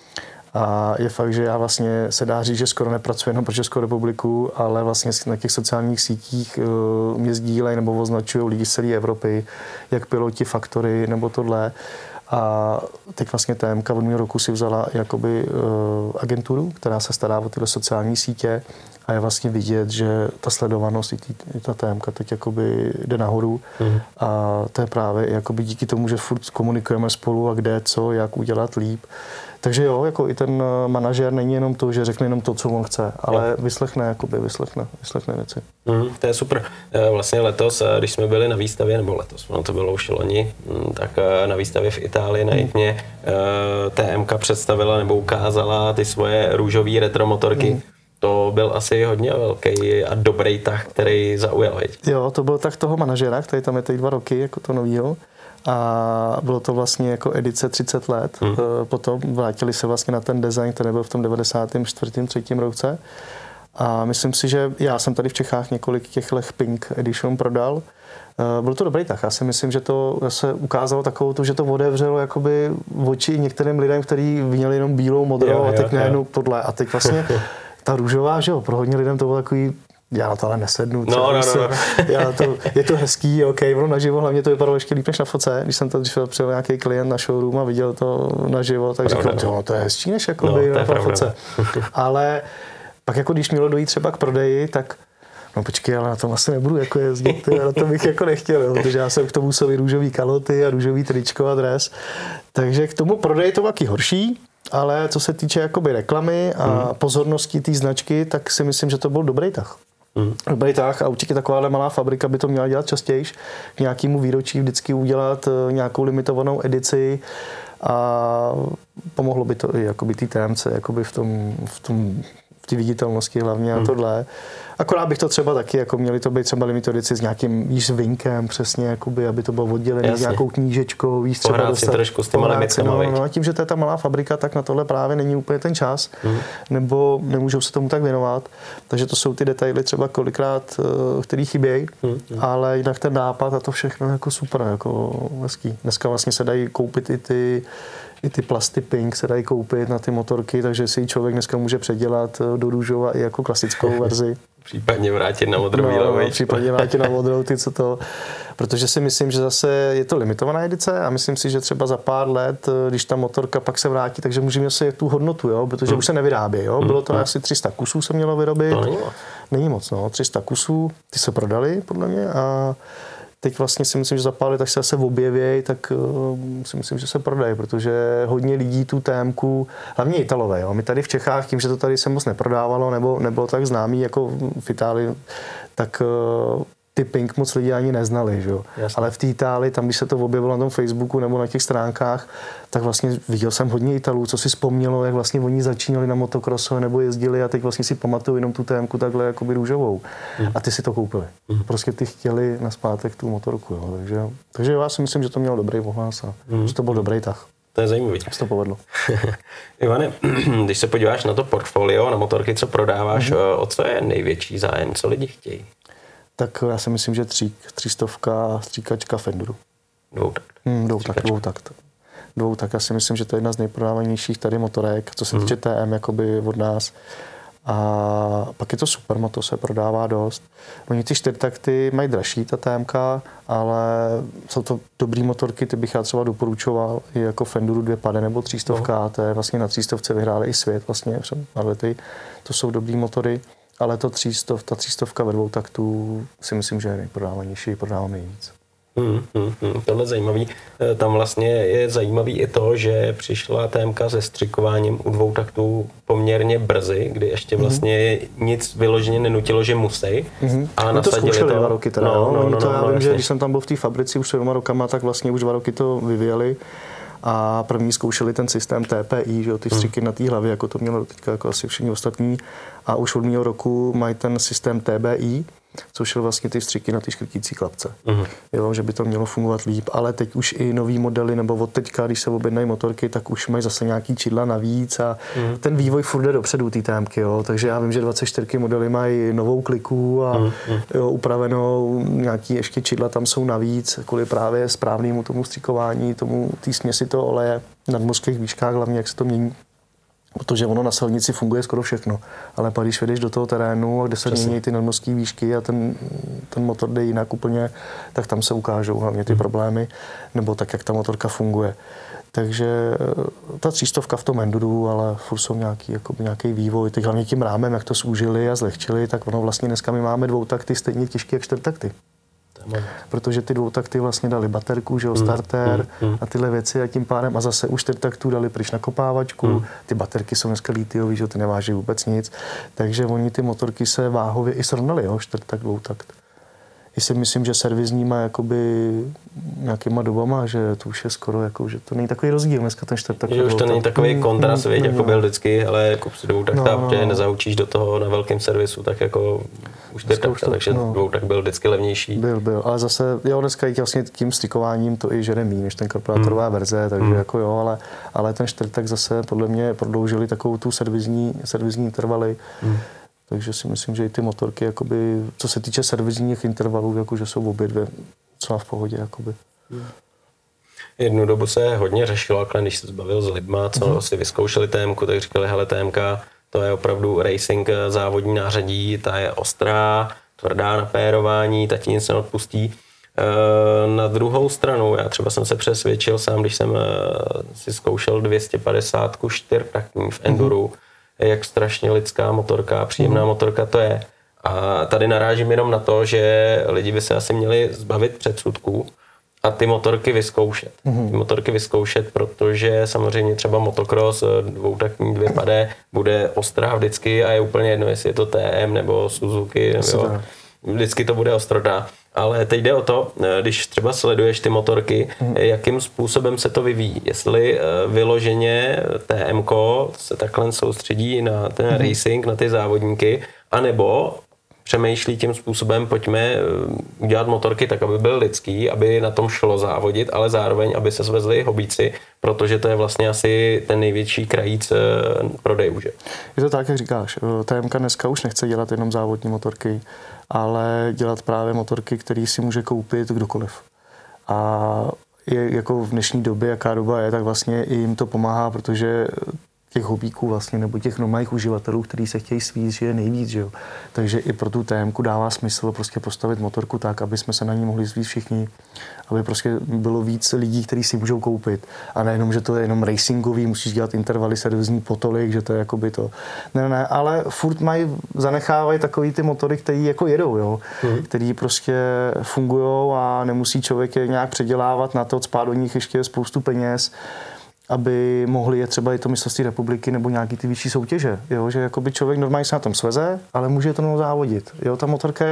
Speaker 2: A je fakt, že já vlastně se dá říct, že skoro nepracuji jenom pro Českou republiku, ale vlastně na těch sociálních sítích mě sdílejí nebo označují lidi z celé Evropy, jak piloti, faktory nebo tohle. A teď vlastně TMK od minulého roku si vzala jakoby agenturu, která se stará o tyhle sociální sítě a je vlastně vidět, že ta sledovanost i ta TMK teď jakoby jde nahoru a to je právě jakoby díky tomu, že furt komunikujeme spolu a kde, co, jak udělat líp. Takže jo, jako i ten manažer není jenom to, že řekne jenom to, co on chce, ale vyslechne věci.
Speaker 1: To je super. Vlastně letos, když jsme byli na výstavě, nebo letos, ono to bylo už loni, tak na výstavě v Itálii na Jitně TMK představila nebo ukázala ty svoje růžové retro motorky. To byl asi hodně velký a dobrý tah, který zaujal.
Speaker 2: Jo, to byl tah toho manažera, který tam je teď 2 roky, jako to novýho. A bylo to vlastně jako edice 30 let. Potom vrátili se vlastně na ten design, který byl v tom 94. 3. roce. A myslím si, že já jsem tady v Čechách několik těchto Pink Edition prodal. Byl to dobrý tah. Já si myslím, že to se ukázalo takovou to, že to otevřelo jakoby oči některým lidem, kteří měli jenom bílou, modrou a teď najednou tohle. A teď vlastně ta růžová, že jo, pro hodně lidem to bylo takový, já na to ale nesednu. Je to hezký, OK, ono naživo, hlavně to vypadalo ještě líp než na foce. Když jsem tady přijel nějaký klient na showroom a viděl to naživo, tak říkal, že to je hezčí než jakoby na foce. Ale pak jako když mělo dojít třeba k prodeji, tak no počkej, ale na tom asi nebudu jako jezdit, na to bych jako nechtěl, protože já jsem k tomu musel růžový kaloty a růžový tričko a dres. Takže k tomu prodeji to taky horší, ale co se týče jakoby reklamy a pozornosti té značky, tak si myslím, že to byl dobrý tah. Dobrý tah a určitě takováhle malá fabrika by to měla dělat častěji, k nějakému výročí vždycky udělat nějakou limitovanou edici a pomohlo by to i jakoby té TMC jakoby v té viditelnosti hlavně a tohle. Akorát bych to třeba taky, jako měli to být třeba limited edici s nějakým víš vinkem přesně, jakoby, aby to bylo oddělené s nějakou knížečkou, víš třeba
Speaker 1: pohrát si trošku s těma limitkama.
Speaker 2: No, a tím, že to je ta malá fabrika, tak na tohle právě není úplně ten čas, nebo nemůžou se tomu tak věnovat. Takže to jsou ty detaily třeba kolikrát, který chybějí, ale jinak ten nápad a to všechno jako super, jako hezký. Dneska vlastně se dají koupit i ty plasty Pink se dají koupit na ty motorky, takže si ji člověk dneska může předělat do růžova i jako klasickou verzi.
Speaker 1: Případně vrátit na modrou.
Speaker 2: Případně vrátit na modrou, protože si myslím, že zase je to limitovaná edice a myslím si, že třeba za pár let, když ta motorka pak se vrátí, takže můžeme si tu hodnotu, jo, protože už se nevyrábí. Jo. Bylo to asi 300 kusů se mělo vyrobit.
Speaker 1: To není moc.
Speaker 2: Není moc, 300 kusů, ty se prodali podle mě a teď vlastně si myslím, že za pár let, až se zase objevějí, tak si myslím, že se prodají, protože hodně lidí tu témku, hlavně Italové, jo. My tady v Čechách, tím, že to tady se moc neprodávalo, nebo nebylo tak známý jako v Itálii, tak ty Pink moc lidi ani neznali, že jo. Ale v té Itálii, tam, když se to objevilo na tom Facebooku nebo na těch stránkách, tak vlastně viděl jsem hodně Italů, co si vzpomnělo, jak vlastně oni začínali na motokrosu nebo jezdili a teď vlastně si pamatuju jenom tu témku takhle jakoby růžovou. A ty si to koupili. Prostě ty chtěli nazpátek tu motorku, jo. Takže já si myslím, že to mělo dobrý ohlas a že to byl dobrý tah.
Speaker 1: To je zajímavý.
Speaker 2: Jak se to povedlo.
Speaker 1: Ivane, když se podíváš na to portfolio, na motorky, co prodáváš, o co je největší zájem, co lidi chtějí?
Speaker 2: Tak já si myslím, že 300 stříkačka Fenderu. Dvoutakt. Já si myslím, že to je jedna z nejprodávanějších tady motorek, co se týče TM jakoby od nás. A pak je to Supermoto, se prodává dost. Oni ty 4takty mají dražší, ta TMK, ale jsou to dobrý motorky, ty bych já třeba doporučoval i jako Fenderu 250 nebo 300, to je vlastně na 300 vyhráli i svět vlastně, to jsou dobrý motory. Ale ta 300 ve dvoutaktu si myslím, že je nejprodávanější, prodávám nejvíc.
Speaker 1: Tohle je zajímavý. Tam vlastně je zajímavý i to, že přišla TMK se střikováním u dvoutaktů poměrně brzy, kdy ještě vlastně nic vyloženě nenutilo, že musí. A nasadili
Speaker 2: to. 2 roky teda. Já vím, že když jsem tam byl v té fabrici už 7 rokama, tak vlastně už 2 roky to vyvíjeli. A první zkoušeli ten systém TPI, že jo, ty střiky na té hlavě, jako to mělo teďka jako asi všichni ostatní. A už od mého roku mají ten systém TBI, což je vlastně ty střiky na ty škrtící klapce. Jo, že by to mělo fungovat líp, ale teď už i nový modely, nebo od teďka, když se objednají motorky, tak už mají zase nějaký čidla navíc a ten vývoj furt jde dopředu té témky, jo. Takže já vím, že 24 modely mají novou kliku a jo, upravenou, nějaký ještě čidla tam jsou navíc, kvůli právě správnému tomu stříkování, té směsi toho oleje na nadmořských výškách, hlavně jak se to mění. Protože ono na silnici funguje skoro všechno, ale pak když jedeš do toho terénu, kde se mění ty nadmořské výšky a ten motor jde jinak úplně, tak tam se ukážou hlavně ty problémy, nebo tak, jak ta motorka funguje. Takže ta 300 v tom enduru, ale furt jsou nějaký vývoj, teď hlavně tím rámem, jak to zúžili a zlehčili, tak ono vlastně dneska my máme dvoutakty stejně těžké jak 4takty. Protože ty dvoutakty vlastně dali baterku, že jo, starter a tyhle věci a tím pádem a zase u 4taktů dali pryč nakopávačku, ty baterky jsou dneska litiový, že jo, ty neváží vůbec nic, takže oni ty motorky se váhově i srovnali, jo, 4takt, dvoutakt. I si myslím, že servisníma jakoby nějakýma dobama, že to už je skoro jako, že to není takový rozdíl dneska ten 4takt.
Speaker 1: Že už to není takový kontrast, jako byl vždycky, ale kup si dvoutakta, protože nezaučíš do toho na velkém servisu, tak jako už 4takta, takže dvoutak byl vždycky levnější.
Speaker 2: Byl, ale zase, jo, dneska i vlastně tím střikováním to i žere míň, než ten korporátorová verze, takže jako jo, ale ten 4takt zase podle mě prodloužili takovou tu servisní intervaly. Takže si myslím, že i ty motorky, jakoby, co se týče servisních intervalů, jakože jsou obě dvě docela v pohodě. Jakoby.
Speaker 1: Jednu dobu se hodně řešilo, když se zbavil s lidma, co si vyzkoušeli TMku, tak říkali, hele, TMK, to je opravdu racing závodní nářadí, ta je ostrá, tvrdá na pérování, ta ti nic neodpustí. Na druhou stranu, já třeba jsem se přesvědčil sám, když jsem si zkoušel 250 čtyřtaktní v enduru, jak strašně lidská motorka, příjemná motorka to je. A tady narážím jenom na to, že lidi by se asi měli zbavit předsudků a ty motorky vyzkoušet. Ty motorky vyzkoušet, protože samozřejmě třeba motocross, dvoutaktní 2PD, bude ostrá vždycky a je úplně jedno, jestli je to TM nebo Suzuki, jo. Vždycky to bude ostrota. Ale teď jde o to, když třeba sleduješ ty motorky, jakým způsobem se to vyvíjí. Jestli vyloženě TMko se takhle soustředí na ten racing, na ty závodníky, anebo přemýšlí tím způsobem, pojďme udělat motorky tak, aby byl lidský, aby na tom šlo závodit, ale zároveň, aby se svezli hobíci, protože to je vlastně asi ten největší krajíc prodejů, že?
Speaker 2: Je to tak, jak říkáš. TMK dneska už nechce dělat jenom závodní motorky, ale dělat právě motorky, které si může koupit kdokoliv. A je, jako v dnešní době, jaká doba je, tak vlastně i jim to pomáhá, protože těch hobíků vlastně, nebo těch normálních uživatelů, kteří se chtějí svízt, že je nejvíc, že jo. Takže i pro tu TMku dává smysl prostě postavit motorku tak, aby jsme se na ní mohli svízt všichni, aby prostě bylo víc lidí, kteří si můžou koupit. A nejenom, že to je jenom racingový, musíš dělat intervaly servisní po tolik, že to je jakoby to. Ne, ale furt zanechávají takový ty motory, který jako jedou, jo. Který prostě fungujou a nemusí člověk je nějak předělávat na to, cpát do nich ještě spoustu peněz, aby mohli je třeba i to mistrovství republiky nebo nějaký ty vyšší soutěže, jo? Že jakoby člověk normálně se na tom sveze, ale může to jenom závodit. Jo? Ta motorka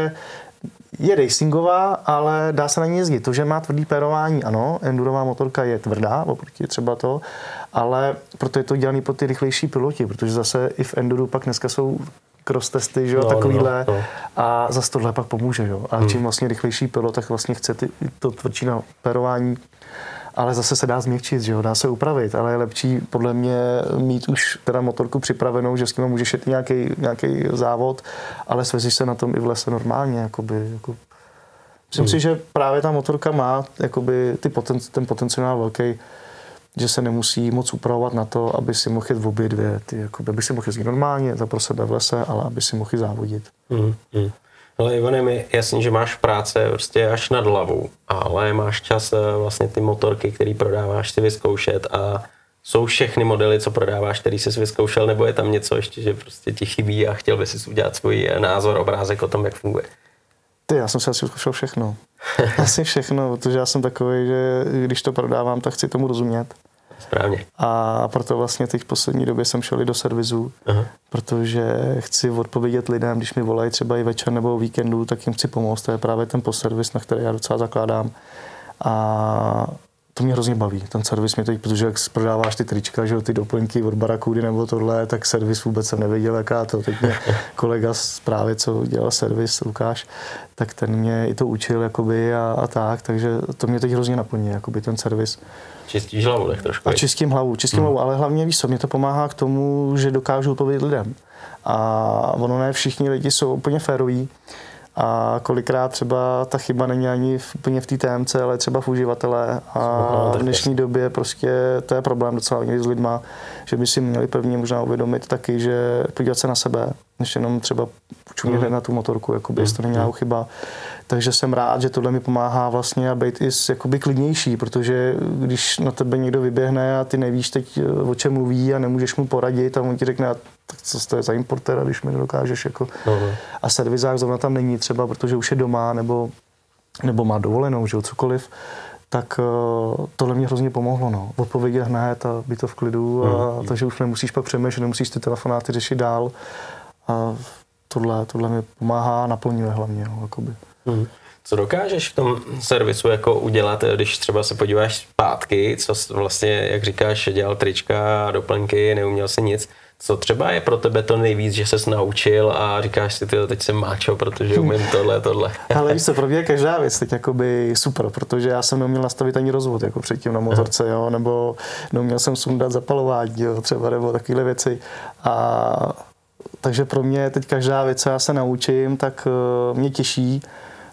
Speaker 2: je racingová, ale dá se na ní jezdit. To, že má tvrdý pérování, ano, endurová motorka je tvrdá, oproti třeba to, ale proto je to dělané pro ty rychlejší piloti, protože zase i v enduru pak dneska jsou cross testy, že jo, takovýhle. A zase tohle pak pomůže, jo. A čím vlastně rychlejší pilot, tak vlastně chce to tvrdší na pérování. Ale zase se dá změkčit, že jo, dá se upravit, ale je lepší podle mě mít už teda motorku připravenou, že s tím můžeš jít nějaký závod, ale svezíš se na tom i v lese normálně, jakoby. Myslím si, že právě ta motorka má jakoby ten potenciál velký, že se nemusí moc upravovat na to, aby si mohl jet v obě dvě, aby si mohl jezdit normálně, za pro sebe v lese, ale aby si mohl i závodit.
Speaker 1: Ale Ivane, mi jasný, že máš práce prostě až nad hlavou, ale máš čas vlastně ty motorky, které prodáváš, si vyzkoušet a jsou všechny modely, co prodáváš, který jsi vyzkoušel, nebo je tam něco ještě, že prostě ti chybí a chtěl by si udělat svůj názor, obrázek o tom, jak funguje?
Speaker 2: Já jsem si asi zkoušel všechno. Asi všechno, protože já jsem takový, že když to prodávám, tak chci tomu rozumět.
Speaker 1: Správně.
Speaker 2: A proto vlastně teď v poslední době jsem šel i do servisu, protože chci odpovědět lidem, když mi volají třeba i večer nebo o víkendu, tak jim chci pomoct. To je právě ten postservis, na který já docela zakládám. A to mě hrozně baví, ten servis mě teď, protože jak prodáváš ty trička, že ty doplňky od Barakudy nebo tohle, tak servis vůbec jsem nevěděl, jaká to. Teď mě kolega právě, co dělal servis, Lukáš, tak ten mě i to učil jakoby a tak, takže to mě teď hrozně naplní, jakoby ten servis.
Speaker 1: Čistíš hlavu, tak trošku.
Speaker 2: A čistím hlavu, ale hlavně víš co, mě to pomáhá k tomu, že dokážu odpovědět lidem. A ono ne všichni lidi jsou úplně féroví. A kolikrát třeba ta chyba není ani úplně v té TMC, ale třeba v uživatele. A v dnešní době prostě to je problém docela s lidma, že by si měli první možná uvědomit taky, že podívat se na sebe, než jenom třeba čumět na tu motorku, jakoby, jestli to není nějaká chyba. Takže jsem rád, že tohle mi pomáhá vlastně a být i jakoby klidnější, protože když na tebe někdo vyběhne a ty nevíš teď, o čem mluví a nemůžeš mu poradit a on ti řekne, tak co to je za importéra, když mi nedokážeš jako. A servisák zrovna tam není třeba, protože už je doma nebo má dovolenou, že cokoliv, tak tohle mě hrozně pomohlo, no. Odpovědět hned a být to v klidu, takže už nemusíš pak přemýšlet, nemusíš ty telefonáty řešit dál a tohle mi pomáhá a naplňuje hlavně, no, jakoby.
Speaker 1: Co dokážeš v tom servisu jako udělat, když třeba se podíváš zpátky, co vlastně, jak říkáš, dělal trička, doplňky, neuměl si nic, co třeba je pro tebe to nejvíc, že ses naučil a říkáš si, teď jsem máčo, protože umím tohle.
Speaker 2: Ale víš co, pro mě je každá věc teď jakoby super, protože já jsem neuměl nastavit ani rozvod jako předtím na motorce, jo, nebo neuměl jsem sundat zapalování, jo, třeba, nebo takovéhle věci. A takže pro mě teď každá věc, co já se naučím, tak mě těší.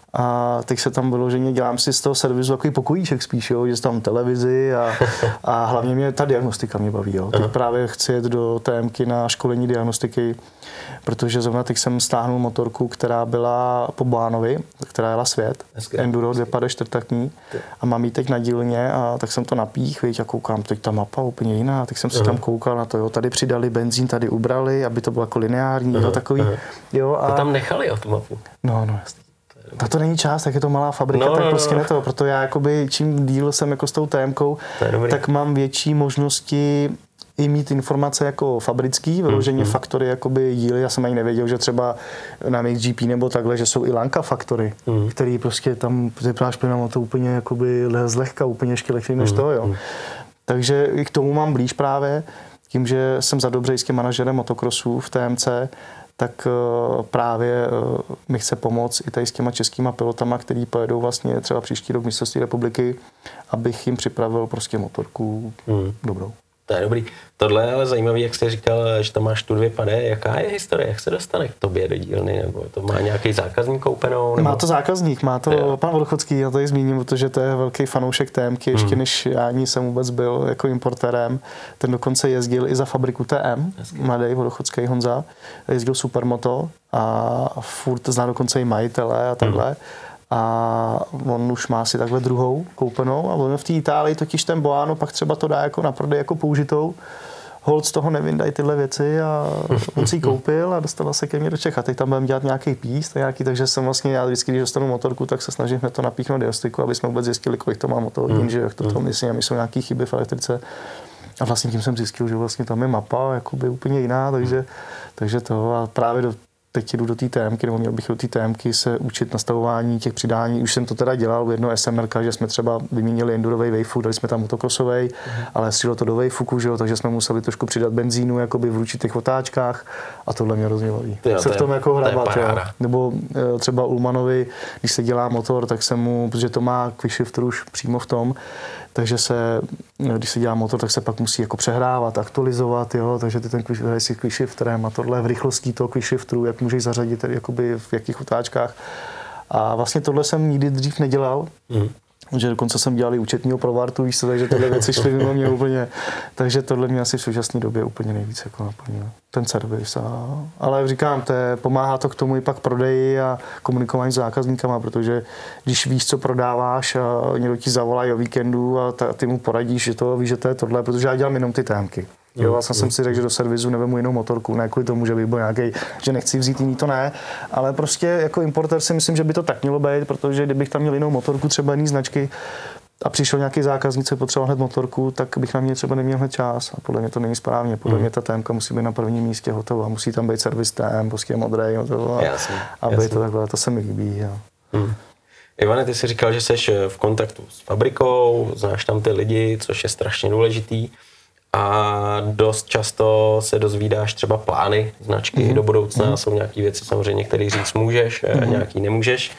Speaker 2: A teď se tam vyloženě dělám si z toho servisu takový pokojíček spíš, jo, že tam televizi a hlavně mě ta diagnostika mě baví. Jo. Teď právě chci jet do TMky na školení diagnostiky, protože zrovna teď jsem stáhnul motorku, která byla po Blánovi, která jela svět, Enduro 2PD čtvrtaktní a mám ji teď na dílně a tak jsem to napích, víš, a koukám, teď ta mapa úplně jiná, tak jsem si tam koukal na to, jo, tady přidali benzín, tady ubrali, aby to bylo jako lineární, jo, takový. Jo,
Speaker 1: a tam nechali o tu mapu.
Speaker 2: No, jasně. To není část, tak je to malá fabrika, tak prostě ne to. Proto já jakoby, čím díl jsem jako s tou TMkou, tak mám větší možnosti i mít informace jako fabrický, vyloženě faktory, jakoby díly. Já jsem ani nevěděl, že třeba na MXGP nebo takhle, že jsou i Lanka faktory, který prostě tam vypadáš plynamo to úplně jakoby zlehka, úplně ještě lehčí než to, jo. Takže i k tomu mám blíž právě, tím, že jsem za dobřejským manažerem motocrossů v TMC, tak právě mi chce pomoct i tady s těma českýma pilotama, který pojedou vlastně třeba příští rok mistrovství republiky, abych jim připravil prostě motorku dobrou.
Speaker 1: To je dobrý. Tohle je ale zajímavý, jak jsi říkal, že tam máš tu 2 pade. Jaká je historie? Jak se dostane k tobě do dílny? Nebo to má nějaký zákazník koupenou? Nebo...
Speaker 2: Má to zákazník, má to pan Volchodský, já to zmíním, protože to je velký fanoušek TMky, ještě než já ani jsem vůbec byl jako importérem. Ten dokonce jezdil i za fabriku TM, mladý Volchodský Honza, jezdil Supermoto a furt zná dokonce i majitele a takhle. A on už má si takhle druhou koupenou a on v té Itálii totiž ten Boano pak třeba to dá jako na prodej jako použitou. Holt z toho nevyndají tyhle věci a on si ji koupil a dostala se ke mně do Čech. A teď tam budeme dělat nějaký píst, takže jsem vlastně, já vždycky, když dostanu motorku, tak se snažím to napíchnout diagnostiku, aby jsme vůbec zjistili, kolik to má motorhodin, že jak to myslím, a jsou nějaké chyby v elektrice. A vlastně tím jsem zjistil, že vlastně tam je mapa jakoby úplně jiná, takže to a právě teď jdu do té TMky, nebo měl bych do té TMky se učit nastavování těch přidání. Už jsem to teda dělal u jednoho SMRka, že jsme třeba vyměnili endurový wavefuk, dali jsme tam motocrossovej, ale střílo to do wavefuku, že jo, takže jsme museli trošku přidat benzínu jakoby v určitých otáčkách a tohle mě hrozně baví. Se v tom jako hrabat, jo. Nebo třeba Ulmanovi, když se dělá motor, tak se mu, protože to má quickshifter už přímo v tom, takže když se dělá motor, tak se pak musí jako přehrávat, aktualizovat, jo, takže ty ten quickshifterem a tohle v rychlosti toho quickshifteru, jak můžeš zařadit jakoby v jakých otáčkách. A vlastně tohle jsem nikdy dřív nedělal, že dokonce jsem dělal i účetního provartu, víš co, takže tyhle věci šly mimo mě úplně. Takže tohle mě asi v současné době úplně nejvíc jako naplnilo. Ten servis. Ale říkám, pomáhá to k tomu i pak prodeji a komunikování s zákazníkama, protože když víš, co prodáváš a někdo ti zavolají o víkendu a ty mu poradíš, že to víš, že to je tohle, protože já dělám jenom ty témky. Jo, vlastně jsem si řekl, že do servisu nevemu jinou motorku, ne kvůli tomu, že bych byl nějaký, že nechci vzít jiný, to ne, ale prostě jako importér si myslím, že by to tak mělo být, protože kdybych tam měl jinou motorku, třeba jiný značky a přišel nějaký zákazník, co potřeboval hned motorku, tak bych na mě třeba neměl hned čas a podle mě to není správně, podle mě ta témka musí být na prvním místě hotová, musí tam být servis tém, prostě modrej, aby to takhle, to se mi líbí. Jo.
Speaker 1: Ivane, ty jsi říkal, že jsi v kontaktu s fabrikou, znáš tam ty lidi, což je strašně důležitý. A dost často se dozvídáš třeba plány značky do budoucna. Jsou nějaké věci, samozřejmě, které říct můžeš, nějaký nemůžeš.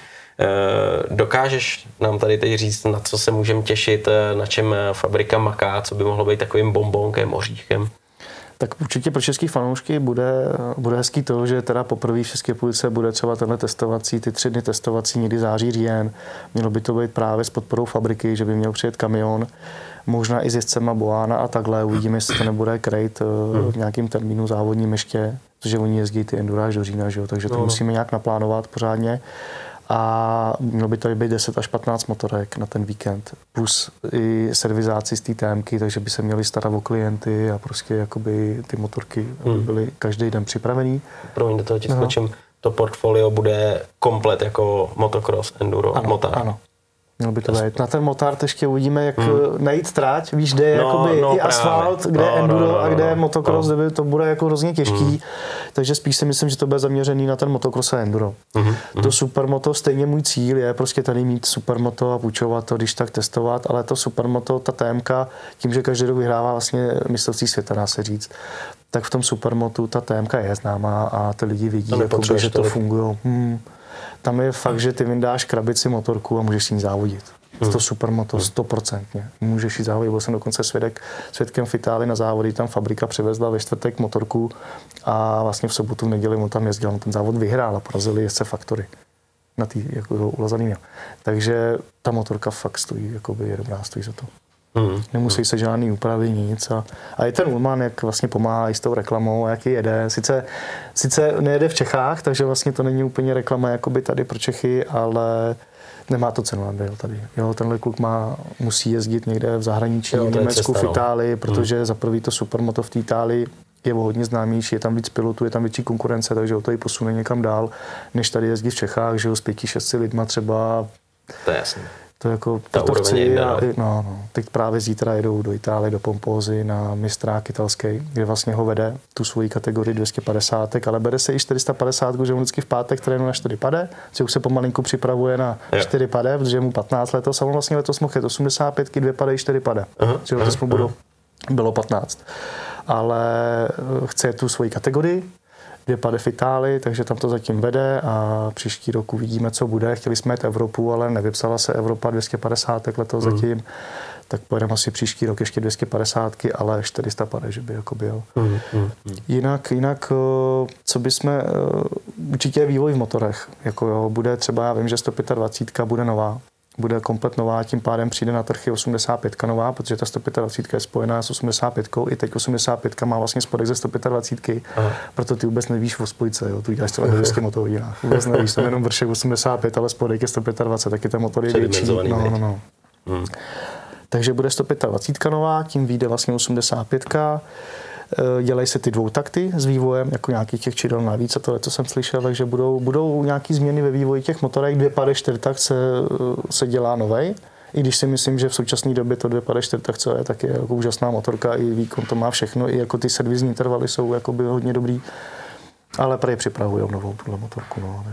Speaker 1: Dokážeš nám tady teď říct, na co se můžeme těšit, na čem fabrika maká, co by mohlo být takovým bombonkem, oříškem?
Speaker 2: Tak určitě pro český fanoušky bude hezký to, že teda poprvé v České republice bude třeba tenhle testovací, ty 3 dny testovací, někdy září, říjen. Mělo by to být právě s podporou fabriky, že by měl přijet kamion, možná i s jezdcema Boana a takhle. Uvidíme, jestli to nebude krejt v nějakým termínu závodním ještě, protože oni jezdí ty endura až do října, že jo? Takže to musíme nějak naplánovat pořádně. A mělo by tady být 10 až 15 motorek na ten víkend, plus i servizáci z té TMky, takže by se měli starat o klienty a prostě jakoby ty motorky byly každý den připravený.
Speaker 1: Promiň, do toho ti skočím. To portfolio bude komplet jako motocross, enduro, motár.
Speaker 2: Ano. Mělo by to být. Na ten motár ještě uvidíme, jak najít tráť, víš, kde je jakoby i asfalt, kde je enduro a kde je motocross, kde to bude jako hrozně těžký. Takže spíš si myslím, že to bude zaměřený na ten motocross a enduro. To supermoto, stejně můj cíl je prostě tady mít supermoto a půjčovat to, když tak testovat, ale to supermoto, ta TMka, tím, že každý rok vyhrává vlastně mistrovství světa, dá se říct, tak v tom supermotu ta TMka je známá a ty lidi vidí, jakoby, že to funguje. Tam je fakt, že ty vyndáš krabici motorku a můžeš s ní závodit. To supermoto 100%. Můžeš jí závodit. Byl jsem dokonce svědkem v Itálii na závody, tam fabrika přivezla ve čtvrtek motorku a vlastně v sobotu, v neděli on tam jezdil, ten závod vyhrál a porazili jezdce Faktory na té jako ulazaný. Takže ta motorka fakt stojí, jakoby je dobrá, stojí za to. Nemusí se žádný úpravy, nic. A i ten Ulman, jak vlastně pomáhá i s tou reklamou, jak jede. Sice nejede v Čechách, takže vlastně to není úplně reklama jakoby tady pro Čechy, ale nemá to cenu, aby jel tady. Jo, tenhle kluk musí jezdit někde v zahraničí, v Německu, v Itálii, protože za prvý to supermoto v té Itálii je hodně známější, je tam víc pilotů, je tam větší konkurence, takže ho to i posune někam dál, než tady jezdí v Čechách, že jo, s 5-6 lidma třeba.
Speaker 1: To je jasné.
Speaker 2: To jako
Speaker 1: ta úroveň jde,
Speaker 2: Teď právě zítra jedou do Itálie, do Pompózy na mistrák italský, kde vlastně ho vede tu svoji kategorii 250, ale bere se i 450, že on vždycky v pátek trénuje na 4 pade, že už se pomalinku připravuje na 4 pade, protože mu 15 letos a on vlastně letos mohl jet 85, 2 pade i 4 pade. Že letos mu bylo 15. Ale chce tu svoji kategorii, 2 pade v Itálii, takže tam to zatím vede a příští rok uvidíme, co bude. Chtěli jsme jít Evropu, ale nevypsala se Evropa 250 letos zatím. Tak pojedeme asi příští rok ještě 250, ale 400 pade, že by jako byl. Jinak, co bychom, určitě je vývoj v motorech. Jako jo, bude třeba, já vím, že 125 bude nová. Bude komplet nová, tím pádem přijde na trh 85 nová, protože ta 125 je spojená s 85, i teď 85 má vlastně spodek ze 125, proto ty vůbec nevíš o spojce, jo, tu děláš třeba na 200 motohodinách. Vůbec nevíš, tam jenom vršek 85, ale spodek je 125, taky ten motor je větší. Takže bude 125 nová, tím vyjde vlastně 85. Dělají se ty dvoutakty s vývojem, jako nějakých těch čidel navíc a tohle, co jsem slyšel, takže budou nějaký změny ve vývoji těch motorek. 2 pade 4 takt se dělá novej, i když si myslím, že v současné době to 2 pade 4 takt, co je taky jako úžasná motorka, i výkon to má všechno, i jako ty servisní intervaly jsou jakoby hodně dobrý, ale prej připravujou novou tuhle motorku, no,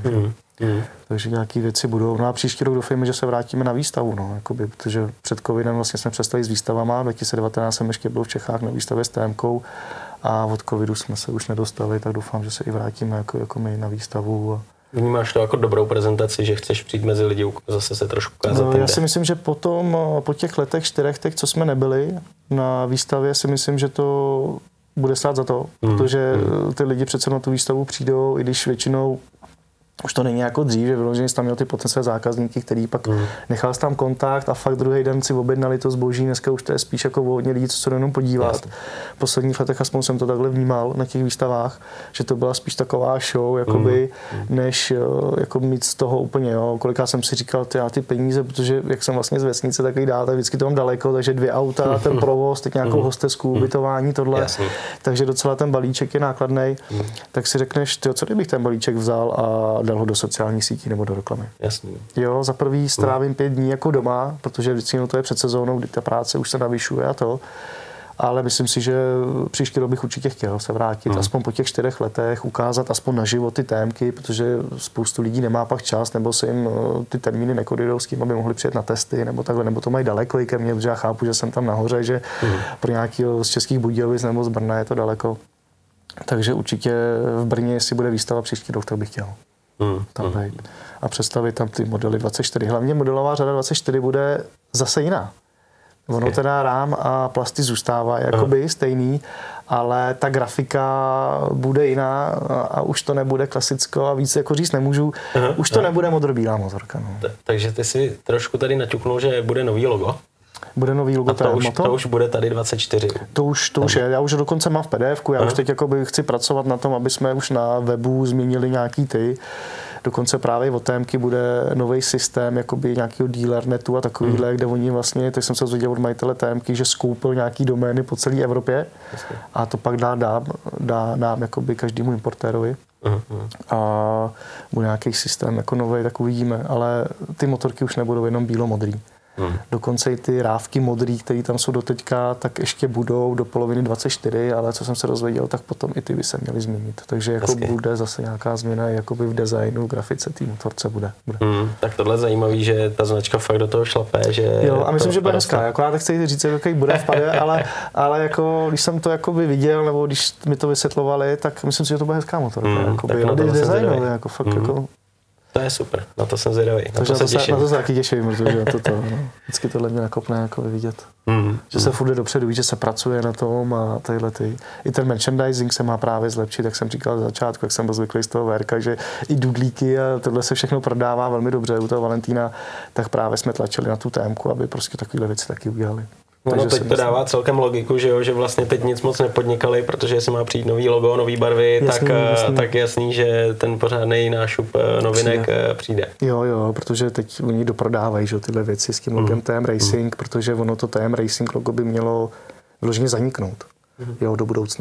Speaker 2: takže nějaké věci budou. No a příští rok doufejme, že se vrátíme na výstavu, no, jakoby, protože před covidem vlastně jsme přestali s výstavama, 2019 jsem ještě byl v Čechách na výstavě s TMkou a od covidu jsme se už nedostali, tak doufám, že se i vrátíme jako my na výstavu.
Speaker 1: Vnímáš to jako dobrou prezentaci, že chceš přijít mezi lidi, zase se trošku ukázat?
Speaker 2: No, já si myslím, že po těch letech, 4, co jsme nebyli na výstavě, si myslím, že to bude stát za to, protože ty lidi přece na tu výstavu přijdou, i když většinou už to není jako dřív, že vyloženě jsi tam měl ty potenciální zákazníky, který pak nechal tam kontakt a fakt druhý den si objednali to zboží. Dneska už to je spíš jako hodně lidí, co se jenom podívat. Jasně. V posledních letech aspoň jsem to takhle vnímal na těch výstavách, že to byla spíš taková show, jakoby, než jako mít z toho úplně, jo. Kolikrát jsem si říkal, ty peníze, protože jak jsem vlastně z vesnice takový dál, tak vždycky to mám daleko, takže 2 auta, ten provoz, teď nějakou hostesku, ubytování, tohle. Jasně. Takže docela ten balíček je nákladný. Tak si řekneš, co kdybych ten balíček vzal a dal ho do sociálních sítí nebo do reklamy.
Speaker 1: Jasný.
Speaker 2: Jo, za prvý strávím 5 dní jako doma, protože vždycky to je před sezónou, kdy ta práce už se navyšuje a to. Ale myslím si, že příští rok bych určitě chtěl se vrátit, aspoň po těch 4 letech, ukázat aspoň naživo ty témky, protože spoustu lidí nemá pak čas, nebo se jim ty termíny nekodidou s tím, aby mohli přijet na testy, nebo takhle, nebo to mají daleko i ke mně, protože já chápu, že jsem tam nahoře, že pro nějakého z Českých Budějovic nebo z Brna je to daleko. Takže určitě v Brně, jestli bude výstava příští rok, tak bych chtěl. Tam být. A představit tam ty modely 24. Hlavně modelová řada 24 bude zase jiná. Ono teda rám a plasty zůstává jakoby stejný, ale ta grafika bude jiná a už to nebude klasicko a víc jako říct nemůžu. Už to nebude modrobílá motorka. No.
Speaker 1: Takže ty si trošku tady naťuknul, že bude nový logo.
Speaker 2: Bude nový logo
Speaker 1: to už bude tady 24.
Speaker 2: To už je. Já už dokonce mám v PDF-ku. Já už teď jakoby chci pracovat na tom, aby jsme už na webu změnili nějaký Dokonce právě od TMky bude nový systém jakoby nějakého dealernetu a takovýhle, kde oni vlastně, teď jsem se dozvěděl od majitele TMky, že skoupil nějaký domény po celé Evropě a to pak dá nám jakoby každému importérovi. A bude nějaký systém jako nový, tak uvidíme, ale ty motorky už nebudou jenom bílo-modrý. Dokonce i ty rávky modrý, které tam jsou doteďka, tak ještě budou do poloviny 24, ale co jsem se dozvěděl, tak potom i ty by se měly změnit. Takže jako bude zase nějaká změna jakoby v designu, v grafice té motorce bude.
Speaker 1: Tak tohle je zajímavý, že ta značka fakt do toho šlape, že...
Speaker 2: Jo, a myslím, že bude hezká. Jako já tak chci říct, jaký bude v pade, ale jako, když jsem to jakoby viděl, nebo když mi to vysvětlovali, tak myslím si, že to bude hezká motorka. Jakoby, ale designově, jako fakt jako...
Speaker 1: To je super, na to jsem zvědavý.
Speaker 2: Na to se taky těším, protože vždycky tohle mě nakopne jako vidět. Že se furt jde dopředu, že se pracuje na tom a tyhle ty. I ten merchandising se má právě zlepšit, jak jsem říkal na začátku, jak jsem byl zvyklý z toho VRka, že i dudlíky a tohle se všechno prodává velmi dobře u toho Valentína, tak právě jsme tlačili na tu témku, aby prostě takovéhle věci taky udělali.
Speaker 1: No, teď to dává celkem logiku, že jo, že vlastně teď nic moc nepodnikali, protože se má přijít nový logo, nový barvy, tak jasný, že ten pořádnej nášup novinek přijde.
Speaker 2: Jo, protože teď oni doprodávají, že tyhle věci s tím logem TM Racing, protože ono to TM Racing logo by mělo vyloženě zaniknout, jo, do budoucna.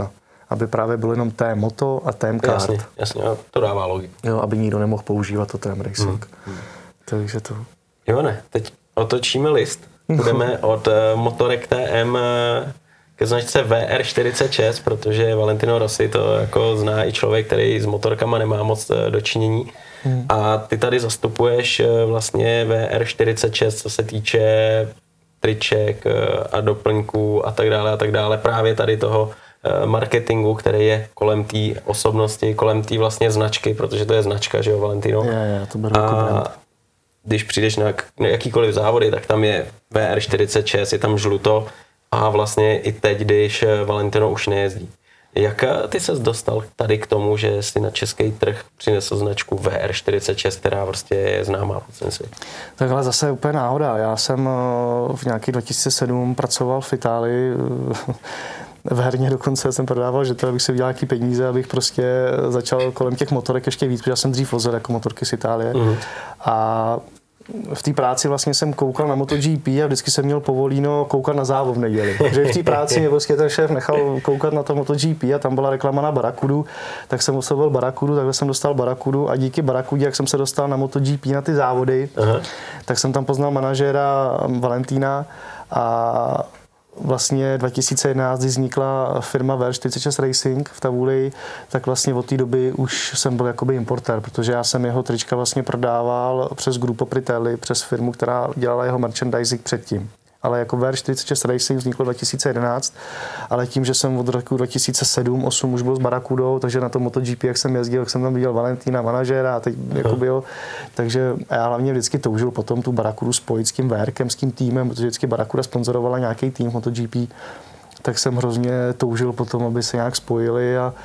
Speaker 2: aby právě bylo jenom TM Moto a TM Kart.
Speaker 1: Jasně, to dává logiku.
Speaker 2: Jo, aby nikdo nemohl používat to TM Racing. Takže to...
Speaker 1: Jo, ne, teď otočíme list. Budeme od motorek TM ke značce VR46, protože Valentino Rossi to jako zná i člověk, který s motorkama nemá moc dočinění. A ty tady zastupuješ vlastně VR46, co se týče triček a doplňků a tak dále. Právě tady toho marketingu, který je kolem té osobnosti, kolem té vlastně značky, protože to je značka, že jo, Valentino.
Speaker 2: To beru jako brand.
Speaker 1: Když přijdeš na jakýkoliv závody, tak tam je VR46, je tam žluto a vlastně i teď, když Valentino už nejezdí. Jak ty ses dostal tady k tomu, že si na český trh přinesl značku VR46, která prostě je známá po celém světě?
Speaker 2: Takhle zase úplně náhoda. Já jsem v nějaký 2007 pracoval v Itálii. V herně dokonce jsem prodával žetel, abych si vydělal nějaký peníze, abych prostě začal kolem těch motorek ještě víc, protože já jsem dřív vozil jako motorky z Itálie. A v té práci vlastně jsem koukal na MotoGP a vždycky jsem měl povolíno koukat na závod v neděli. Takže v té práci mě prostě ten šéf nechal koukat na to MotoGP a tam byla reklama na Barakudu, tak jsem oslovil Barakudu, takhle jsem dostal Barakudu a díky Barakudě, jak jsem se dostal na MotoGP na ty závody, tak jsem tam poznal manažéra Valentína a vlastně 2011, když vznikla firma VR46 Racing v Tavuli, tak vlastně od té doby už jsem byl jakoby importér, protože já jsem jeho trička vlastně prodával přes Gruppo Pritelli, přes firmu, která dělala jeho merchandising předtím. Ale jako VR46 Racing vzniklo 2011, ale tím, že jsem od roku 2007-2008 už byl s Barakudou, takže na to MotoGP, jak jsem jezdil, jak jsem tam viděl Valentína, manažéra a teď jakoby, jo, takže já hlavně vždycky toužil potom tu Barakudu spojit s tím VRkem, s tím týmem, protože vždycky Barakuda sponzorovala nějaký tým MotoGP, tak jsem hrozně toužil potom, aby se nějak spojili a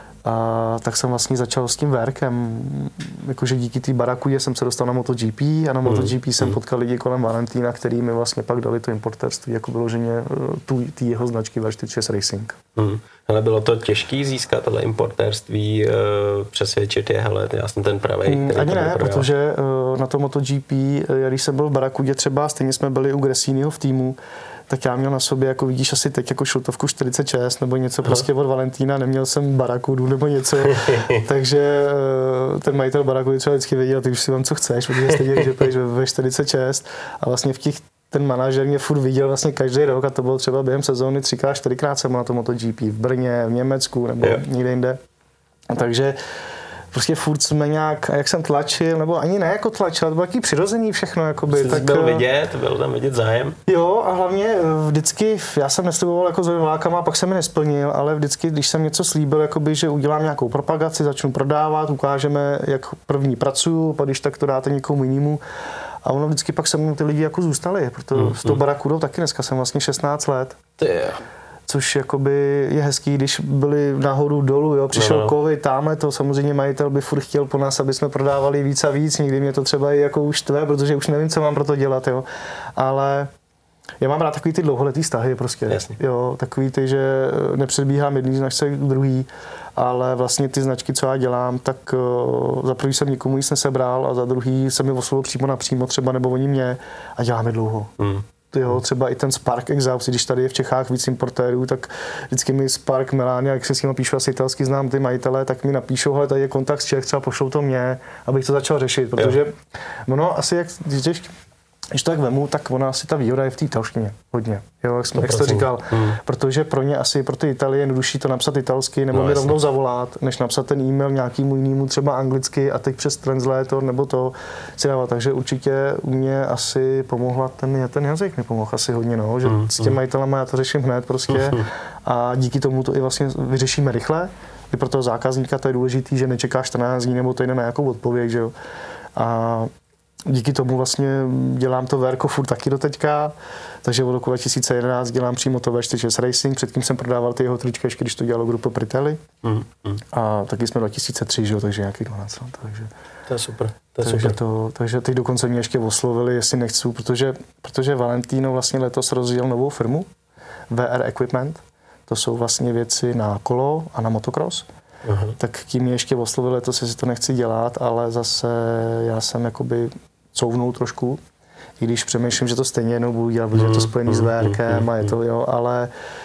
Speaker 2: tak jsem vlastně začal s tím VRkem. Jakože díky té Barakudě jsem se dostal na MotoGP a na MotoGP jsem potkal lidi kolem Valentína, který mi vlastně pak dali to importérství, jako vyloženě ty jeho značky VR46 Racing.
Speaker 1: Ale bylo to těžké získat tohle importérství, přesvědčit je, hele, já jsem ten pravej, který
Speaker 2: ani ne,
Speaker 1: prodával.
Speaker 2: protože na to MotoGP, když jsem byl v Barakudě třeba, stejně jsme byli u Gresiniho v týmu, tak já měl na sobě, jako vidíš asi teď, jako šiltovku 46 nebo něco prostě od Valentína, neměl jsem Barakudu nebo něco, takže ten majitel Barakudy třeba vždycky věděl, ty už si vám co chceš, protože stejně, že půjdeš ve 46 a vlastně ten manažer mě furt viděl vlastně každý rok a to bylo třeba během sezóny 3x, 4x jsem na to MotoGP v Brně, v Německu nebo někde jinde. Takže prostě furt jsme nějak, jak jsem tlačil, nebo ani ne jako tlačil, to bylo takový přirozený všechno, jakoby.
Speaker 1: Tak byl tam vidět zájem.
Speaker 2: Jo, a hlavně vždycky, já jsem nesliboval jako s novákama, pak jsem mi nesplnil, ale vždycky, když jsem něco slíbil, jakoby, že udělám nějakou propagaci, začnu prodávat, ukážeme, jak první pracuju, pak když tak to dáte někomu jinému. A ono vždycky pak se mnou ty lidi jako zůstali, protože s tou Barakudou taky dneska jsem vlastně 16 let. Což jakoby je hezký, když byli nahoru dolů, jo, přišel covid, tamhle to samozřejmě majitel by furt chtěl po nás, aby jsme prodávali víc a víc, někdy mě to třeba i jako už štve, protože už nevím, co mám pro to dělat, jo, ale já mám rád takový ty dlouholetý vztahy prostě, jo, takový ty, že nepředbíhám jedný značce k druhý, ale vlastně ty značky, co já dělám, tak za prvý jsem nikomu nic nesebral a za druhý jsem mi oslovil přímo napřímo třeba, nebo oni mě a děláme dlouho. Jo, třeba i ten Spark Exhaust, když tady je v Čechách víc importérů, tak vždycky mi Spark, Melania, jak se s nimi píšu, asi italsky znám ty majitele, tak mi napíšou, hele, tady je kontakt z Čech, třeba pošlou to mě, abych to začal řešit, protože ono asi, když to tak vemu, tak ona asi ta výhoda je v té italštině hodně, jo, jak jsi to říkal, protože pro ně asi, pro ty Italie je jednodušší to napsat italsky, nebo mi rovnou zavolat, než napsat ten e-mail nějakému jinému, třeba anglicky a teď přes translator, nebo to si dávat, takže určitě u mě asi pomohla ten jazyk, mi pomohl asi hodně, no, že s těmi majitelama já to řeším hned prostě a díky tomu to i vlastně vyřešíme rychle, i pro toho zákazníka to je důležitý, že nečeká 14 dní, nebo to jde na nějakou odpověď, že jo, a díky tomu vlastně dělám to VRko furt taky do teďka, takže od roku 2011 dělám přímo to VR46 Racing, předtím jsem prodával ty jeho trička, ještě když to dělalo Gruppo Pritelli a taky jsme 2003, že jo, takže nějakých 12 let, takže...
Speaker 1: To je super,
Speaker 2: takže teď dokonce mě ještě oslovili, jestli nechci, protože Valentino vlastně letos rozjel novou firmu, VR Equipment, to jsou vlastně věci na kolo a na motocross. Tak tím mě ještě oslovili letos, jestli to nechci dělat, ale zase já jsem jakoby couvnul trošku, i když přemýšlím, že to stejně jednou budu dělat, protože je to spojený s VRkem a je to, jo, ale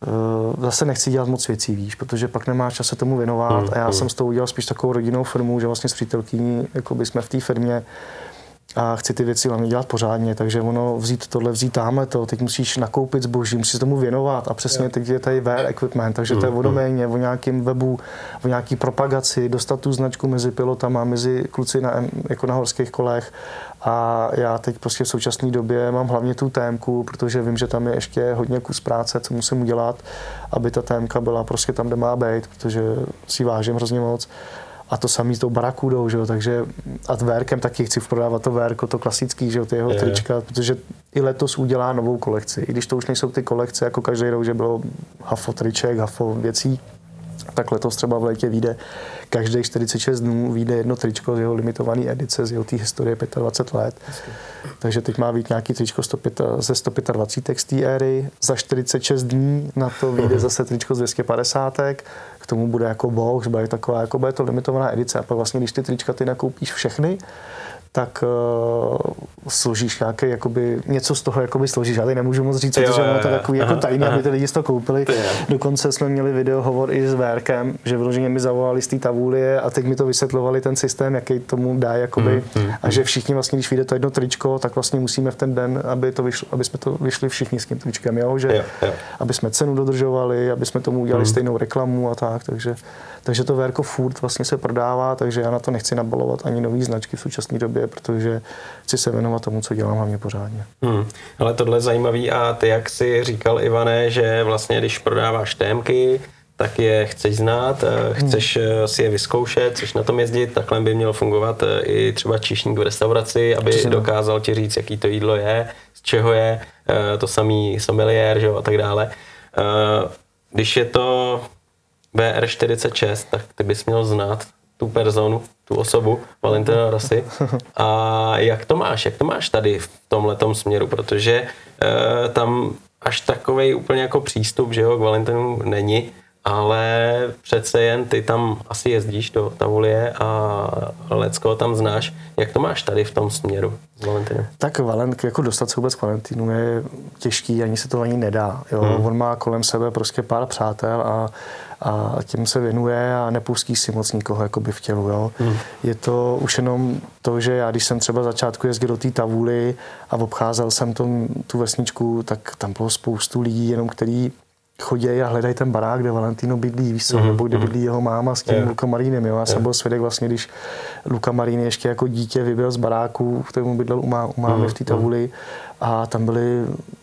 Speaker 2: zase nechci dělat moc věcí, víš, protože pak nemáš čas se tomu věnovat a já jsem s tou udělal spíš takovou rodinnou firmu, že vlastně s přítelkyní, jako by jsme v té firmě a chci ty věci hlavně dělat pořádně, takže ono vzít tohle, vzít tamhle to, teď musíš nakoupit zboží, musíš tomu věnovat a přesně teď je tady wear equipment, takže to je o doméně, o nějakém webu, o nějaký propagaci, dostat tu značku mezi pilotama, mezi kluci jako na horských kolech a já teď prostě v současné době mám hlavně tu témku, protože vím, že tam je ještě hodně kus práce, co musím udělat, aby ta témka byla prostě tam, kde má být, protože si vážím hrozně moc. A to samý s tou barakudou, že jo, takže a vérkem taky chci prodávat to vérko, to klasický, že jo, ty jeho trička, protože i letos udělá novou kolekci. I když to už nejsou ty kolekce, jako každý rok, že bylo hafo triček, hafo věcí, tak letos třeba v létě vyjde každých 46 dnů vyjde jedno tričko z jeho limitované edice, z jeho té historie 25 let. Takže teď má být nějaký tričko ze 125 z té éry. Za 46 dní na to vyjde zase tričko z 250. K tomu bude jako box, bude taková, jako bude to limitovaná edice. A pak vlastně, když ty trička ty nakoupíš všechny, tak složíš nějaký, jakoby, něco z toho jakoby složíš. Já teď nemůžu moc říct, protože ono to takový jako tajný, aby ty lidi to koupili. Dokonce jsme měli videohovor i s Vérkem, že vyloženě mi zavolali z té tavulie a teď mi to vysvětlovali ten systém, jaký tomu dá, jakoby, a že všichni vlastně, když vyjde to jedno tričko, tak vlastně musíme v ten den, aby jsme to vyšli všichni s tím tričkem, jo? Že, aby jsme cenu dodržovali, aby jsme tomu udělali stejnou reklamu a tak, takže to Vérko furt vlastně se prodává, takže já na to nechci nabalovat ani nový značky v současné době, protože chci se věnovat tomu, co dělám hlavně pořádně.
Speaker 1: Ale tohle je zajímavý a ty, jak jsi říkal, Ivane, že vlastně když prodáváš témky, tak je chceš znát, chceš si je vyzkoušet, chceš na tom jezdit, takhle by mělo fungovat i třeba číšník v restauraci, aby dokázal ti říct, jaký to jídlo je, z čeho je, to samý sommelier, že jo, a tak dále. Když je to VR46, tak ty bys měl znát tu personu, tu osobu, Valentina Rossi. A jak to máš tady v tomhletom směru, protože tam až takovej úplně jako přístup, že jo, k Valentinu není, ale přece jen ty tam asi jezdíš do Tavulie a lecko tam znáš. Jak to máš tady v tom směru s Valentinem?
Speaker 2: Tak jako dostat se vůbec k Valentinu je těžký, ani se to ani nedá. Jo? On má kolem sebe prostě pár přátel a tím se věnuje a nepustí si moc nikoho jakoby v tělu. Jo? Je to už jenom to, že já, když jsem třeba začátku jezdil do té Tavuly a obcházel jsem tu vesničku, tak tam bylo spoustu lidí, jenom který chodí a hledají ten barák, kde Valentino bydlí, víš co, nebo kde bydlí jeho máma s tím Luca Marinem. Jo? Já jsem byl svědek vlastně, když Luca Marini ještě jako dítě vyběl z baráku, v kterém bydlel u mámy v té Tavuli a tam byli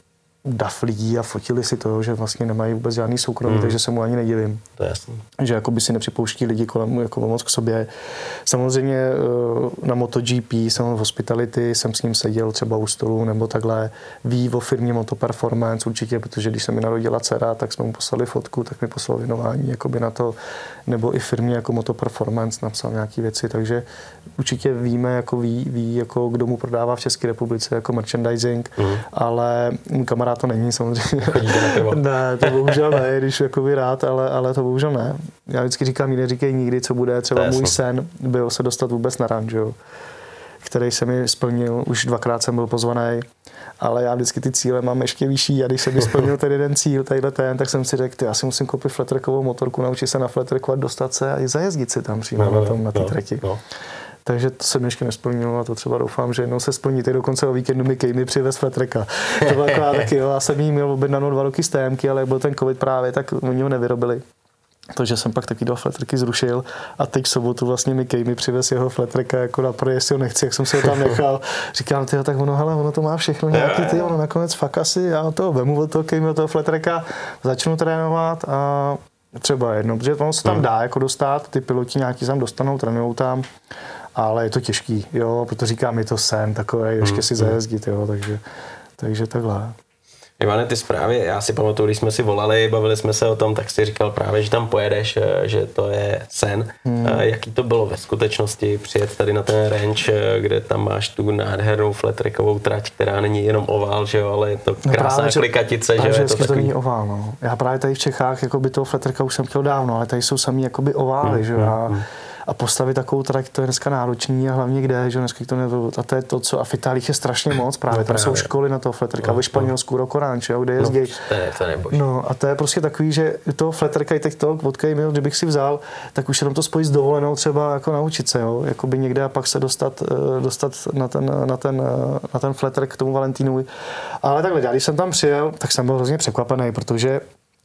Speaker 2: dav lidí a fotili si to, že vlastně nemají vůbec žádný soukromí, takže se mu ani nedivím.
Speaker 1: To je jasný.
Speaker 2: Že jako by si nepřipouští lidi kolem jako moc k sobě. Samozřejmě na MotoGP, jsem v Hospitality, jsem s ním seděl třeba u stolu nebo takhle. Ví o firmě Moto Performance určitě, protože když se mi narodila dcera, tak jsme mu poslali fotku, tak mi poslal věnování jakoby na to, nebo i firmě jako Moto Performance napsal nějaké věci, takže určitě víme, jako ví jako kdo mu prodává v České republice jako merchandising, ale kamarád to není samozřejmě. Ne, to bohužel ne, když jakoby rád, ale to bohužel ne. Já vždycky říkám, neříkej nikdy, co bude. Třeba můj sen byl se dostat vůbec na ranč, jo, který se mi splnil, už 2krát jsem byl pozvaný, ale já vždycky ty cíle mám ještě vyšší a když se mi splnil ten jeden cíl, tak jsem si řekl, já si musím koupit flattrackovou motorku, naučit se na flattrackovat, dostat se a i zajezdit si tam přímo na té trati. Takže to se mi ještě nesplnilo a to třeba doufám, že jednou se splní. Teď dokonce o víkendu mi Kejmy přivez flattracka. To bylo taková taky, jo, já jsem jí měl objednanou 2 roky z témky, ale jak byl ten covid právě, tak oni ho nevyrobili. Takže jsem pak taky 2 flattracky zrušil a teď v sobotu vlastně mi Kejmy přivez jeho flattracka jako na prodej, jestli ho nechci, jak jsem si ho tam nechal. Říkám, tyjo, tak ono to má všechno nějaký, ono nakonec fakt asi, já to vemu od toho Kejmy, od toho flattracka, začnu trénovat a třeba jedno, protože ono se tam dá jako dostat, ty piloti nějaký tam dostanou, trénujou tam, ale je to těžký, jo, protože říkám, je to sen takový, ještě si zajezdit, jo, takže takhle.
Speaker 1: Ivane, ty zprávy, já si pamatuju, když jsme si volali, bavili jsme se o tom, tak jsi říkal právě, že tam pojedeš, že to je sen. Jaký to bylo ve skutečnosti přijet tady na ten ranch, kde tam máš tu nádhernou flattrackovou trať, která není jenom ovál, že jo, ale je to krásná klikatice, že jo, je to takový.
Speaker 2: To není ovál, no. Já právě tady v Čechách, jakoby toho flattracka už jsem chtěl dávno, ale tady jsou samý jakoby ovály, že jo. a postavit takovou trať, to je dneska náročný a hlavně kde, že dneska to nebylo. A to je to, co a v Itálii je strašně moc právě. Tam jsou školy na toho flattracka, ve Španělsku Rokoranč, kde jezdí. No a to je prostě takový, že to flattracka i TikTok, vodka měl, kdybych si vzal, tak už jenom to spojit s dovolenou třeba jako naučit se, jo, jakoby někde a pak se dostat na ten flattrack k tomu Valentínovi. Ale takhle, když jsem tam přijel, tak jsem byl hrozně překvapený, protože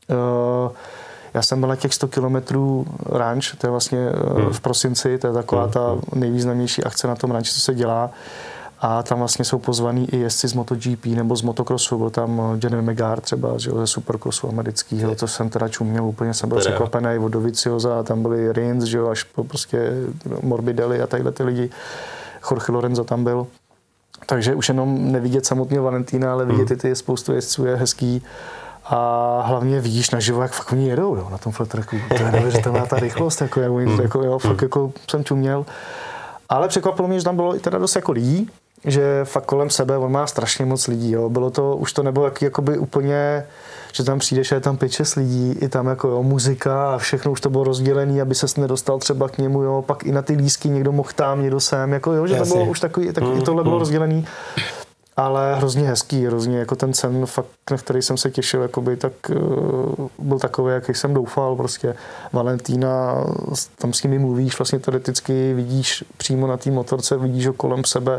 Speaker 2: já jsem byl na těch 100 kilometrů ranč, to je vlastně v prosinci, to je taková ta nejvýznamnější akce na tom ranči, co se dělá. A tam vlastně jsou pozvaní i jezdci z MotoGP nebo z motocrossu. Byl tam Jenny Megard třeba, že, ze supercrossu amerického, to jsem teda čuměl, úplně jsem byl překvapený od Doviziosa, tam byli Rins, že jo, až po prostě Morbidelli a tadyhle ty lidi. Jorge Lorenzo tam byl. Takže už jenom nevidět samotného Valentína, ale vidět ty spoustu jezdců je hezký. A hlavně vidíš naživo, jak fakt oni jedou, jo, na tom flattracku. To je neuvěřitelná ta rychlost, fakt jsem čuměl. Ale překvapilo mě, že tam bylo i teda dost jako lidí, že fakt kolem sebe on má strašně moc lidí, jo. Bylo to, už to nebylo jakoby úplně, že tam přijdeš a je tam 5-6 lidí, i tam jako jo, muzika a všechno už to bylo rozdělený, aby ses nedostal třeba k němu, jo, pak i na ty lístky někdo mohl tam, někdo sem, jako jo, že to bylo už takový tohle bylo rozdělený. Ale hrozně hezký, hrozně jako ten sen, fakt, na který jsem se těšil, jakoby, tak byl takový, jaký jsem doufal, prostě Valentína, tam s nimi mluvíš, vlastně teoreticky vidíš přímo na té motorce, vidíš ho kolem sebe.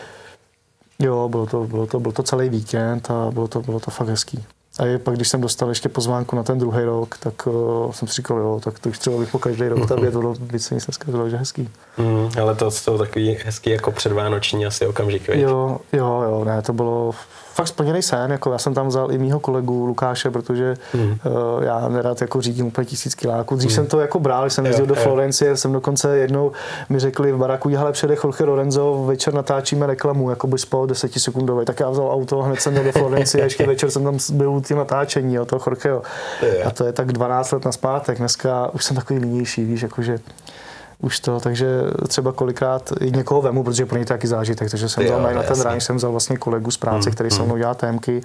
Speaker 2: Jo, byl to celý víkend a bylo to fakt hezký. A pak, když jsem dostal ještě pozvánku na ten druhý rok, tak jsem si říkal, jo, tak to už třeba bych po každý rok tam je to víc nic neskazilo, že hezký.
Speaker 1: Ale to jsou takový hezký jako předvánoční asi okamžik, víš?
Speaker 2: Jo, ne, to bylo fakt splněný sen, jako já jsem tam vzal i mýho kolegu Lukáše, protože já nerad jako řídím úplně 1000 kiláků. Dřív jsem to jako bral, jsem jezdil do Florencie, jsem dokonce jednou mi řekli v baraku, hele, přijede Jorge Lorenzo, večer natáčíme reklamu, jako by spot 10 sekundový, tak já vzal auto, hned jsem jel do Florencie a ještě večer jsem tam byl u tím natáčení, jo, toho Jorgeho. A to je tak 12 let nazpátek, dneska už jsem takový línější, víš, jakože už to, takže třeba kolikrát i někoho vemu, protože pro něj to taky zážitek, takže jsem vzal na ten ranč, jsem vzal vlastně kolegu z práce, který se mnou dělá témky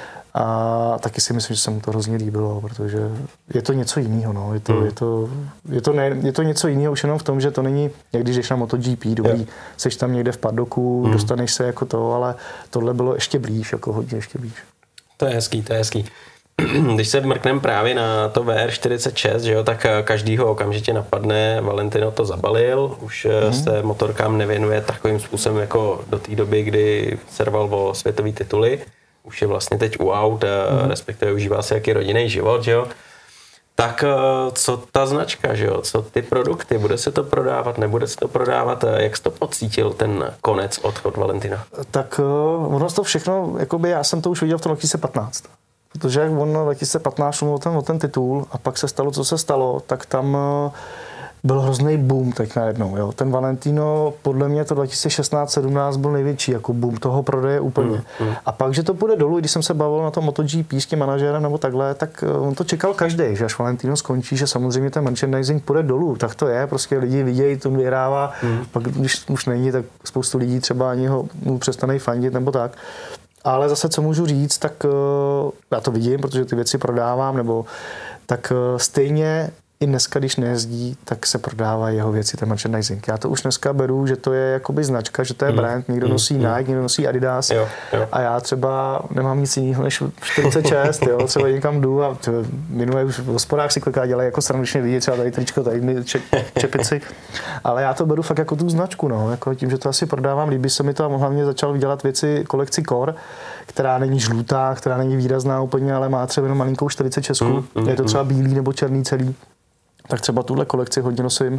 Speaker 2: a taky si myslím, že se mu to hrozně líbilo, protože je to něco jiného, no. Je to něco jiného už jenom v tom, že to není, jak když jdeš na MotoGP, dobrý, seš tam někde v padoku, dostaneš se jako to, ale tohle bylo ještě blíž, jako hodně ještě blíž.
Speaker 1: To je hezký. Když se mrkneme právě na to VR46, že jo, tak každýho okamžitě napadne, Valentino to zabalil, už se motorkám nevěnuje takovým způsobem jako do té doby, kdy serval o světový tituly. Už je vlastně teď u aut, respektive užívá se jaký rodinný život, že jo. Tak co ta značka, že jo, co ty produkty, bude se to prodávat, nebude se to prodávat, jak jsi to pocítil ten konec, odchod Valentina?
Speaker 2: Tak ono to všechno, jakoby já jsem to už viděl v tom 2015. Protože on 2015 šel o ten titul a pak se stalo, co se stalo, tak tam byl hrozný boom teď najednou. Jo. Ten Valentino, podle mě to 2016-17 byl největší jako boom toho prodeje úplně. A pak, že to půjde dolů, když jsem se bavil na tom MotoGP s tím manažérem nebo takhle, tak on to čekal každý, že až Valentino skončí, že samozřejmě ten merchandising půjde dolů. Tak to je, prostě lidi vidějí, to vyhrává, pak když už není, tak spoustu lidí třeba ani ho přestanej fandit nebo tak. Ale zase, co můžu říct, tak já to vidím, protože ty věci prodávám, nebo tak stejně i dneska, když nejezdí, tak se prodává jeho věci, ten merchandising. Já to už dneska beru, že to je jakoby značka, že to je brand, někdo nosí Nike, někdo nosí Adidas
Speaker 1: jo.
Speaker 2: A já třeba nemám nic jiného než 46, jo, třeba někam jdu a minulé už v hospodách si kliká, dělají jako srandučně vidět, třeba tady tričko, tady mi čepici, ale já to beru fakt jako tu značku, no, jako tím, že to asi prodávám, líbí se mi to a hlavně začal dělat věci kolekci Core, která není žlutá, která není výrazná úplně, ale má třeba jenom malinkou 46, je to třeba bílý nebo černý celý. Tak třeba tuhle kolekci hodně nosím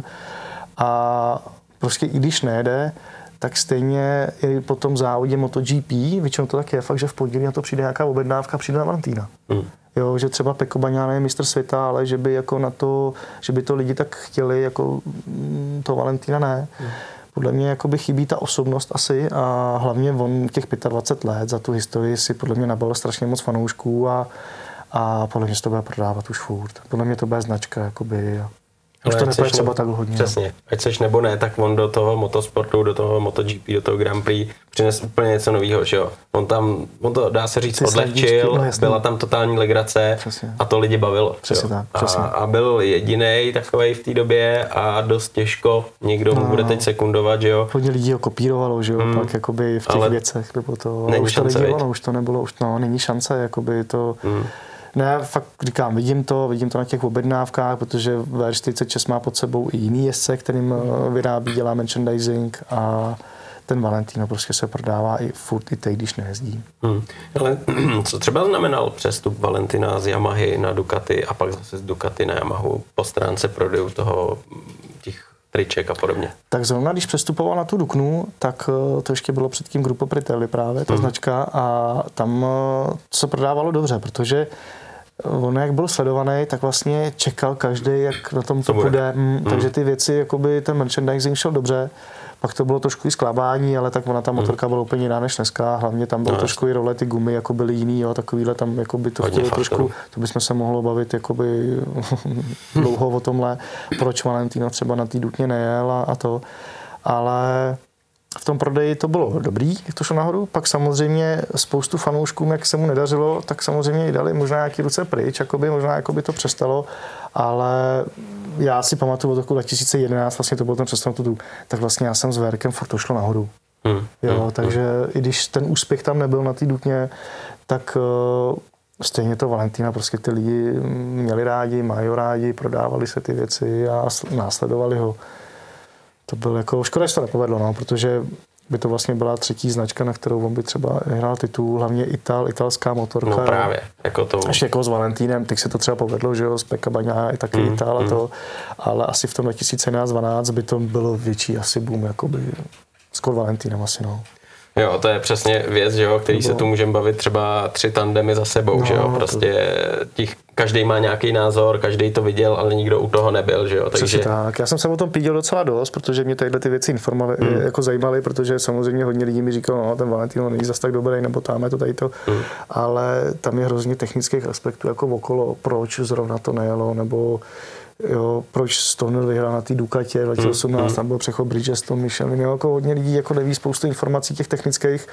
Speaker 2: a prostě i když nejde, tak stejně i po tom závodě MotoGP, většinou to tak je fakt, že v pondělí na to přijde nějaká objednávka, přijde na Valentína. Jo, že třeba Pecco Bagnaia je mistr světa, ale že by jako na to, že by to lidi tak chtěli, jako to Valentína ne. Podle mě jakoby chybí ta osobnost asi a hlavně on těch 25 let za tu historii si podle mě nabalil strašně moc fanoušků a podle mě se to bude prodávat už furt. Podle mě to bude značka, jakoby. Už to nepůjde třeba tak hodně.
Speaker 1: Přesně, ať seš nebo ne, tak on do toho motosportu, do toho MotoGP, do toho Grand Prix přines úplně něco nového, že jo. On to dá se říct odlehčil, byla tam totální legrace a to lidi bavilo.
Speaker 2: Přesně tak, přesně.
Speaker 1: A byl jedinej takovej v té době a dost těžko někdo mu bude teď sekundovat, že jo.
Speaker 2: Hodně lidí ho kopírovalo, že jo, pak jakoby v těch věcech, nebo to,
Speaker 1: není šance,
Speaker 2: už to nebylo, není šance, jakoby to... Ne, fakt říkám, vidím to na těch objednávkách, protože VR46 má pod sebou i jiný jezdce, kterým vyrábí, dělá merchandising a ten Valentino prostě se prodává i furt i teď, když nejezdí.
Speaker 1: Ale co třeba znamenal přestup Valentina z Yamahy na Ducati a pak zase z Ducati na Yamahu po stránce prodejů toho těch triček a podobně?
Speaker 2: Tak zrovna, když přestupoval na tu Duknu, tak to ještě bylo předtím Gruppo Pritelli právě, ta značka, a tam se prodávalo dobře, protože on jak byl sledovaný, tak vlastně čekal každý, jak na tom to půjde. Takže ty věci, jakoby ten merchandising šel dobře. Pak to bylo trošku i sklábání, ale tak ona ta motorka byla úplně jiná než dneska. Hlavně tam bylo trošku i role, ty gumy jako byly jiný, jo, takovýhle tam jakoby to chtělo trošku, to bychom se mohlo bavit jakoby dlouho o tomhle, proč Valentino třeba na té Dukně nejel a to. Ale v tom prodeji to bylo dobrý, jak to šlo nahoru. Pak samozřejmě spoustu fanouškům, jak se mu nedařilo, tak samozřejmě i dali možná nějaký ruce pryč, možná to přestalo, ale já si pamatuju od roku 2011, vlastně to byl ten přestal tu, tak vlastně já jsem s Verkem, furt to šlo nahoru. Takže i když ten úspěch tam nebyl na té Dukně, tak stejně to Valentina, prostě ty lidi měli rádi, mají ho rádi, prodávali se ty věci a následovali ho. To byl jako, škoda, že to nepovedlo, no, protože by to vlastně byla třetí značka, na kterou on by třeba hrál titul, hlavně italská motorka.
Speaker 1: No právě, jako to.
Speaker 2: Ještě jako s Valentinem, teď se to třeba povedlo, že jo, s Pecca Bagnaia i taky Ital a to, ale asi v tom 2011-12 by to bylo větší asi boom, jakoby s Valentinem asi, no.
Speaker 1: Jo, to je přesně věc, že jo, který se tu můžeme bavit třeba 3 tandemy za sebou, že jo, prostě každý má nějaký názor, každý to viděl, ale nikdo u toho nebyl, že jo, takže...
Speaker 2: tak, já jsem se o tom píděl docela dost, protože mě tyhle ty věci informovaly, jako zajímaly, protože samozřejmě hodně lidí mi říkalo, no, ten Valentino není zas tak dobrý, nebo tam je to tady to, ale tam je hrozně technických aspektů jako okolo, proč zrovna to nejelo, nebo jo, proč Stoner vyhrál na té Ducatě 2018, tam byl přechod Bridgestone, Michelin, jo, jako hodně lidí jako neví spoustu informací těch technických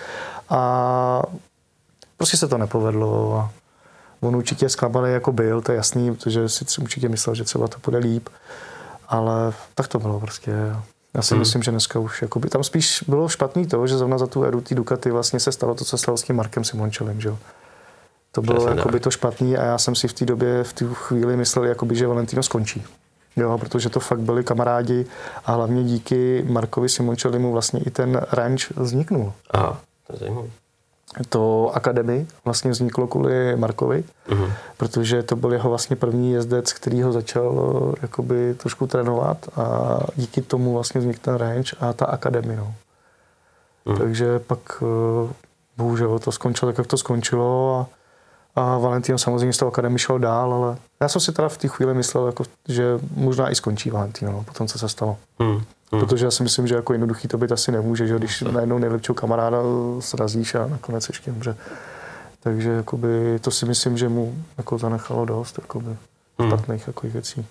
Speaker 2: a prostě se to nepovedlo a on určitě zklamaný jako byl, to je jasný, protože si určitě myslel, že třeba to bude líp, ale tak to bylo prostě. Já si myslím, že dneska už jakoby, tam spíš bylo špatný to, že zrovna za tu éru té Ducati vlastně se stalo to, co stalo s tím Markem Simoncellem, že jo. To bylo jakoby to špatný a já jsem si v té době, v tu chvíli myslel, jakoby, že Valentino skončí. Jo, protože to fakt byli kamarádi a hlavně díky Markovi Simoncellimu vlastně i ten ranch vzniknul.
Speaker 1: Aha, to je zajímavé.
Speaker 2: To Academy vlastně vzniklo kvůli Markovi, protože to byl jeho vlastně první jezdec, který ho začal jakoby trošku trénovat a díky tomu vlastně vznikl ten ranch a ta Academy. No. Takže pak bohužel to skončilo tak, jak to skončilo a Valentino samozřejmě z toho Academy šel dál, ale já jsem si teda v té chvíli myslel, jako, že možná i skončí Valentino, no, potom co se stalo. Protože já si myslím, že jako jednoduchý to být asi nemůže, že když najednou nejlepšího kamaráda srazíš a nakonec ještě umře. Takže jakoby, to si myslím, že mu jako zanechalo dost jakoby, špatných jako věcí.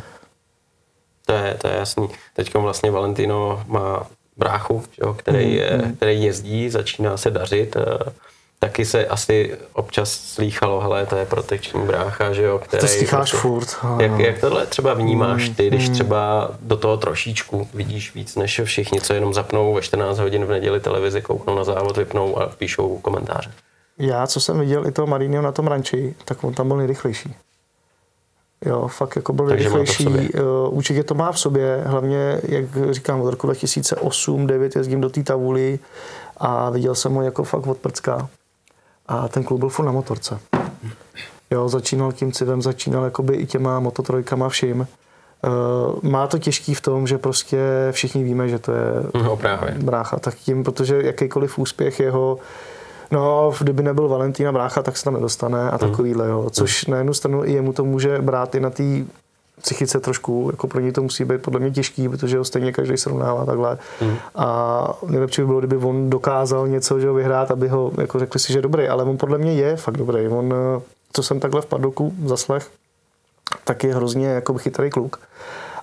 Speaker 1: To je jasný. Teď vlastně Valentino má bráchu, jo, který jezdí, začíná se dařit. Taky se asi občas slýchalo, hele, to je protekční brácha, že jo, který...
Speaker 2: To slýcháš furt.
Speaker 1: Jak tohle třeba vnímáš ty, když třeba do toho trošičku vidíš víc než všichni, co jenom zapnou ve 14 hodin v neděli televizi, kouknou na závod, vypnou a píšou komentáře?
Speaker 2: Já, co jsem viděl i toho Marinho na tom ranči, tak on tam byl nejrychlejší. Jo, fakt jako byl nejrychlejší. Určitě to má v sobě, hlavně, jak říkám, od roku 2008-2009 jezdím do té Tavuli a viděl jsem ho jako fakt od prcka. A ten klub byl furt na motorce. Jo, začínal tím civem, začínal jakoby i těma mototrojkama vším. Má to těžký v tom, že prostě všichni víme, že to je brácha. Tak tím, protože jakýkoliv úspěch jeho, no, kdyby nebyl Valentina brácha, tak se tam nedostane a takovýhle, jo. Což na jednu stranu i jemu to může brát i na té psychice trošku, jako pro něj to musí být podle mě těžký, protože ho stejně každý srovnává takhle. A nejlepší by bylo, kdyby on dokázal něco, že ho vyhrát, aby ho jako řekli si, že je dobrý, ale on podle mě je fakt dobrý. On, co jsem takhle v padoku zaslech, tak je hrozně jako chytrý kluk.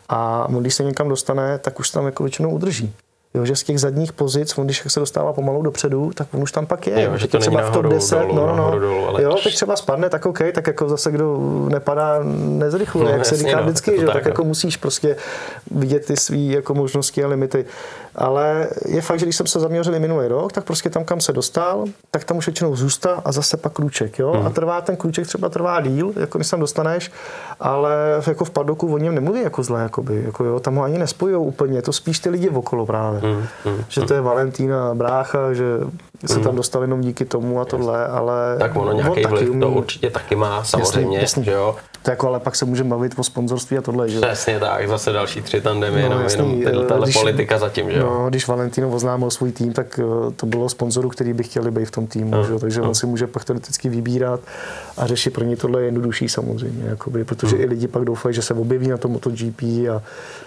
Speaker 2: A když se někam dostane, tak už tam jako většinou udrží. Jo, že z těch zadních pozic, on když se dostává pomalu dopředu, tak on už tam pak je.
Speaker 1: Jo, že to třeba v top 10,
Speaker 2: dolů, ale jo, teď třeba spadne, tak OK, tak jako zase kdo nepadá, nezrychluje, jak se říká vždycky, že tak jako musíš prostě vidět ty svý jako možnosti a limity. Ale je fakt, že když jsem se zaměřil minulý rok, tak prostě tam, kam se dostal, tak tam už většinou zůstal a zase pak krůček, jo? A trvá ten krůček třeba díl, jako než tam dostaneš, ale jako v padoku o něm nemluví jako zle, jakoby, jako jo, tam ho ani nespojujou úplně, to spíš ty lidi okolo právě. Že to je Valentína brácha, že se tam dostal jenom díky tomu a tohle, ale
Speaker 1: tak ono nějaký vliv to určitě taky má, samozřejmě,
Speaker 2: jasný.
Speaker 1: Že jo.
Speaker 2: To jako, ale pak se můžeme bavit o sponzorství a tohle, že?
Speaker 1: Přesně tak, zase další 3 tandemy, jenom tahle politika zatím, že jo.
Speaker 2: No, když Valentino oznámil svůj tým, tak to bylo sponzorů, který by chtěli být v tom týmu, že? Takže on si může pak teoreticky vybírat a řešit pro ně tohle jednodušší samozřejmě, jakoby, protože i lidi pak doufají, že se objeví na tom MotoGP a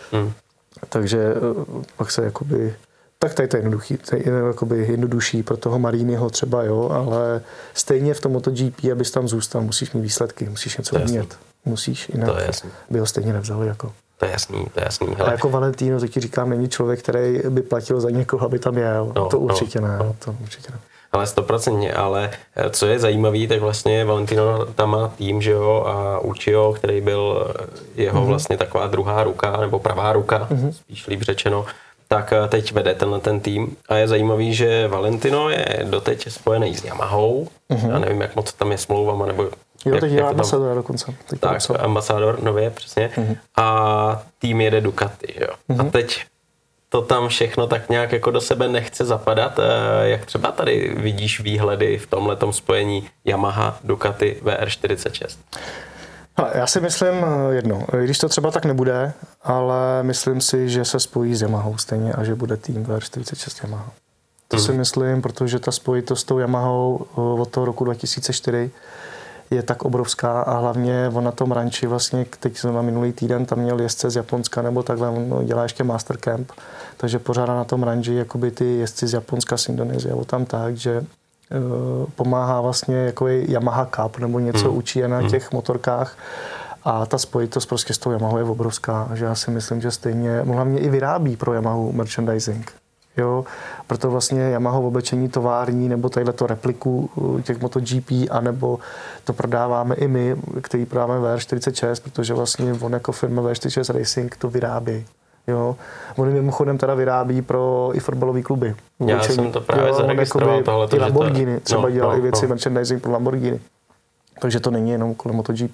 Speaker 2: takže pak se jakoby tak tady to je jednodušší pro toho Mariniho třeba, jo, ale stejně v tom MotoGP, abys tam zůstal, musíš mít výsledky, musíš něco umět. Musíš, jinak by ho stejně nevzali. Jako.
Speaker 1: To je jasný. Hele.
Speaker 2: A jako Valentino, to ti říkám, není člověk, který by platil za někoho, aby tam jel. To určitě ne.
Speaker 1: Ale 100%, ale co je zajímavý, tak vlastně Valentino tam má tým, že jo, a Uchiho, který byl jeho vlastně taková druhá ruka, nebo pravá ruka, spíš líp řečeno, tak teď vede ten tým a je zajímavý, že Valentino je doteď spojený s Yamahou. Já nevím, jak moc tam je smlouvama, nebo
Speaker 2: jo, teď je ambasador dokonce.
Speaker 1: Tak, ambasador nově, přesně. A tým jede Ducati, jo. A teď to tam všechno tak nějak jako do sebe nechce zapadat. Jak třeba tady vidíš výhledy v tomhletom spojení Yamaha, Ducati, VR46?
Speaker 2: Já si myslím jedno, když to třeba tak nebude, ale myslím si, že se spojí s Yamahou stejně a že bude tým VR46 Yamaha. To si myslím, protože ta spojitost s tou Yamahou od toho roku 2004 je tak obrovská a hlavně on na tom ranči vlastně, teď jsem na minulý týden tam měl jezdce z Japonska nebo takhle, on dělá ještě Mastercamp, takže pořádá na tom ranči jakoby ty jezdci z Japonska, z Indonésie a tam tak, že pomáhá vlastně jako Yamaha Cup nebo něco učí na těch motorkách a ta spojitost prostě s tou Yamahou je obrovská, že já si myslím, že stejně, hlavně i vyrábí pro Yamahu merchandising. Jo, proto vlastně Yamaha v oblečení tovární nebo tadyto repliku těch MotoGP, anebo to prodáváme i my, který prodáváme VR46, protože vlastně on jako firma VR46 Racing to vyrábí. Jo. On mimochodem teda vyrábí pro i fotbalové kluby.
Speaker 1: Já jsem to právě zaregistroval tohleto.
Speaker 2: I Lamborghini, třeba dělal i věci merchandising pro Lamborghini. Takže to není jenom kolem MotoGP.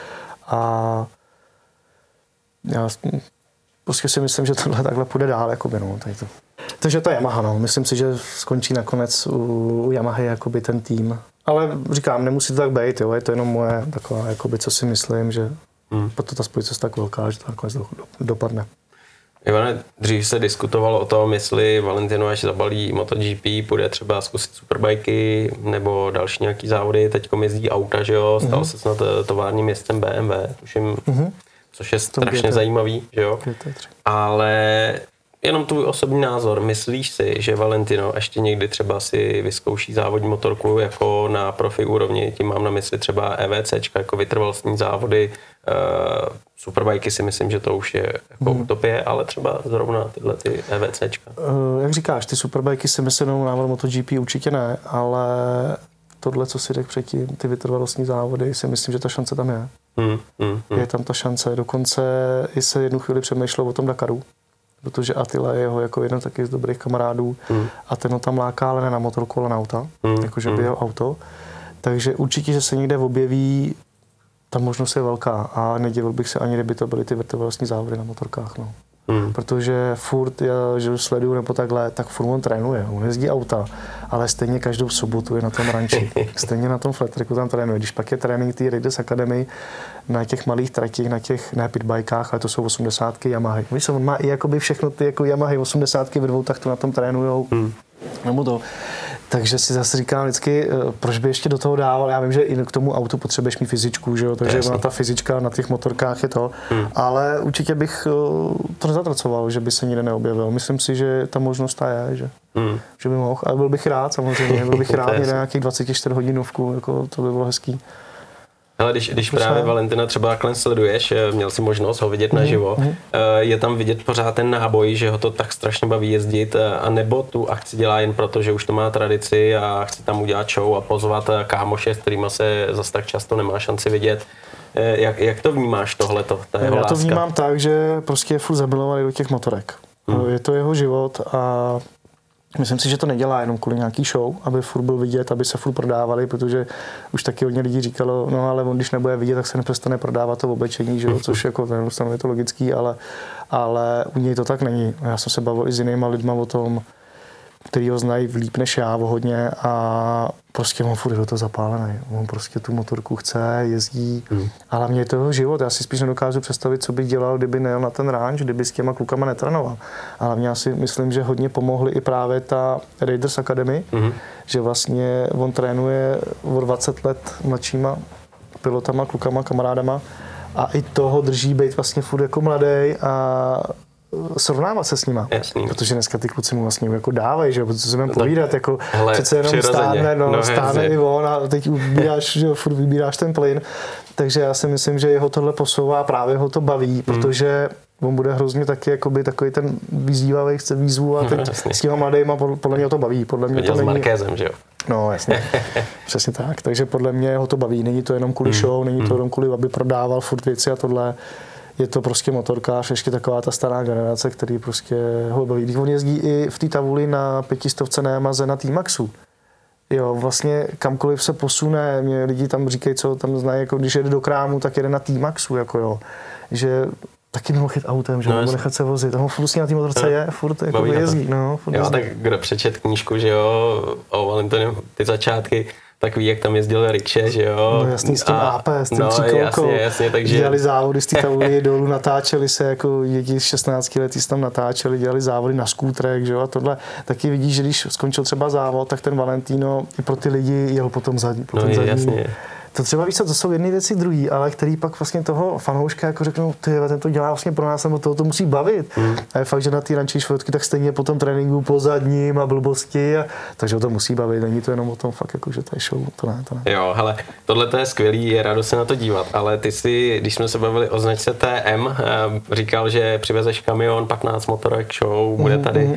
Speaker 2: A já prostě si myslím, že tohle takhle půjde dál. Jakoby, no, to. Takže to je Yamaha, no. Myslím si, že skončí nakonec u Yamahy jakoby ten tým. Ale říkám, nemusí to tak být, jo. Je to jenom moje taková, jakoby, co si myslím, že proto ta spojitost tak velká, že to nakonec dopadne.
Speaker 1: Ivane, dřív se diskutovalo o tom, jestli Valentino, až zabalí MotoGP, půjde třeba zkusit superbajky nebo další nějaký závody. Teďkom jezdí auta, že jo, stal se snad továrním městem BMW, tuším, což je strašně zajímavý, že jo. Ale jenom tvůj osobní názor, myslíš si, že Valentino ještě někdy třeba si vyzkouší závodní motorku jako na profi úrovni, tím mám na mysli třeba EVCčka, jako vytrvalostní závody, superbajky si myslím, že to už je jako utopie, ale třeba zrovna tyhle ty EVCčka.
Speaker 2: Jak říkáš, ty superbajky si myslím, návod MotoGP určitě ne, ale tohle, co si řekl předtím, ty vytrvalostní závody, si myslím, že ta šance tam je. Je tam ta šance, dokonce i se jednu chvíli přemýšlelo o tom Dakaru, protože Attila je jeho jako jeden taky z dobrých kamarádů a ten ho tam láká, ale ne na motorku, ale na auta, jakože by jel auto. Takže určitě, že se někde objeví, ta možnost je velká a nedivil bych se ani, kdyby to byly ty vytrvalostní závody na motorkách. No. Protože furt, že sleduju nebo takhle, tak furt on trénuje, on jezdí auta, ale stejně každou sobotu je na tom ranči, stejně na tom flat tracku tam trénuje. Když pak je trénink té Raiders Academy na těch malých tratích, na těch ne pitbajkách, ale to jsou 80 Yamahy. Víš, on má i jakoby všechno ty jako Yamahy 80 ve dvou, tak to na tom trénujou. Nebo to. Takže si zase říkám vždycky, proč by ještě do toho dával. Já vím, že i k tomu autu potřebuješ mít fyzičku, že jo? Takže ona ta fyzička na těch motorkách je to. Ale určitě bych to nezatracoval, že by se nikde neobjevil. Myslím si, že ta možnost ta je, že by mohl. Ale byl bych rád samozřejmě, byl bych rád nějakých 24 hodinovku, jako to by bylo hezký.
Speaker 1: Hele, když právě Valentina třeba takhle sleduješ, měl jsi možnost ho vidět naživo, je tam vidět pořád ten náboj, že ho to tak strašně baví jezdit, a nebo tu akci dělá jen proto, že už to má tradici a chce tam udělat show a pozvat kámoše, s kterýma se zase tak často nemá šanci vidět. Jak to vnímáš tohleto, ta jeho láska?
Speaker 2: Já to vnímám tak, že prostě je furt zamilovaný do těch motorek. Je to jeho život a myslím si, že to nedělá jenom kvůli nějaký show, aby furt byl vidět, aby se furt prodávali, protože už taky hodně lidí říkalo, no ale on když nebude vidět, tak se nepřestane prodávat to oblečení, že jo? Což jako je to logický, ale u něj to tak není. Já jsem se bavil i s jinýma lidma o tom, který ho znají líp než já hodně a prostě on furt je do toho zapálený. On prostě tu motorku chce, jezdí a hlavně je to jeho život. Já si spíš nedokážu představit, co by dělal, kdyby nejel na ten ranč, kdyby s těma klukama netrénoval. A hlavně já si myslím, že hodně pomohly i právě ta Raiders Academy, že vlastně on trénuje o 20 let mladšíma pilotama, klukama, kamarádama a i toho drží být vlastně furt jako mladý a srovnávat se s nima.
Speaker 1: Jasný.
Speaker 2: Protože dneska ty kluci mu vlastně jako dávají, že protože se budeme povídat, jako
Speaker 1: hele,
Speaker 2: přece jenom stáne i on a teď furt vybíráš ten plyn. Takže já si myslím, že jeho tohle posouvá, právě ho to baví, protože on bude hrozně taky jakoby takový ten vyzývavý, chce výzvu a teď s těma mladýma podle mě ho to baví. Podle mě to
Speaker 1: není... s Markézem, že jo?
Speaker 2: No, jasně. Přesně tak. Takže podle mě ho to baví. Není to jenom kvůli show, není to jenom kvůli, aby prodával furt věci a tohle. Je to prostě motorkář, ještě taková ta stará generace, který prostě ho baví. Když on jezdí i v té Tavuli na 500 na Yamaze na T-Maxu. Jo, vlastně kamkoliv se posune, mě lidi tam říkají, co tam znají, jako když jede do krámu, tak jede na T-Maxu, jako jo. Že taky nemohl chyt autem, že nebo nechat se vozit. On furt na té motorce je, furt jako jezdí. No, furt
Speaker 1: jo, tak kdo přečet knížku, že jo, o Valentinu, ty začátky, tak ví, jak tam jezdil rikše, že jo.
Speaker 2: No jasný, s tím AP, s tím příkolkou.
Speaker 1: Jasně, takže...
Speaker 2: Dělali závody z té Tavuly dolů, natáčeli se, jako děti z 16 let tam natáčeli, dělali závody na skútrech, že jo, a tohle. Taky vidíš, že když skončil třeba závod, tak ten Valentino i pro ty lidi jel potom zadní.
Speaker 1: Jasně.
Speaker 2: To třeba víš co, to jsou jedny věci druhý, ale který pak vlastně toho fanouška jako řeknou, ty, ten to dělá vlastně pro nás, nebo toho to musí bavit. A je fakt, že na ty rančí švotky tak stejně po tom tréninku po zadním a blbosti, takže to musí bavit, není to jenom o tom fakt jako, že to je show, to ne.
Speaker 1: Jo, hele, tohle to je skvělý, je rádo se na to dívat, ale ty si, když jsme se bavili o značce TM, říkal, že přivezeš kamion, 15 motorek show, bude tady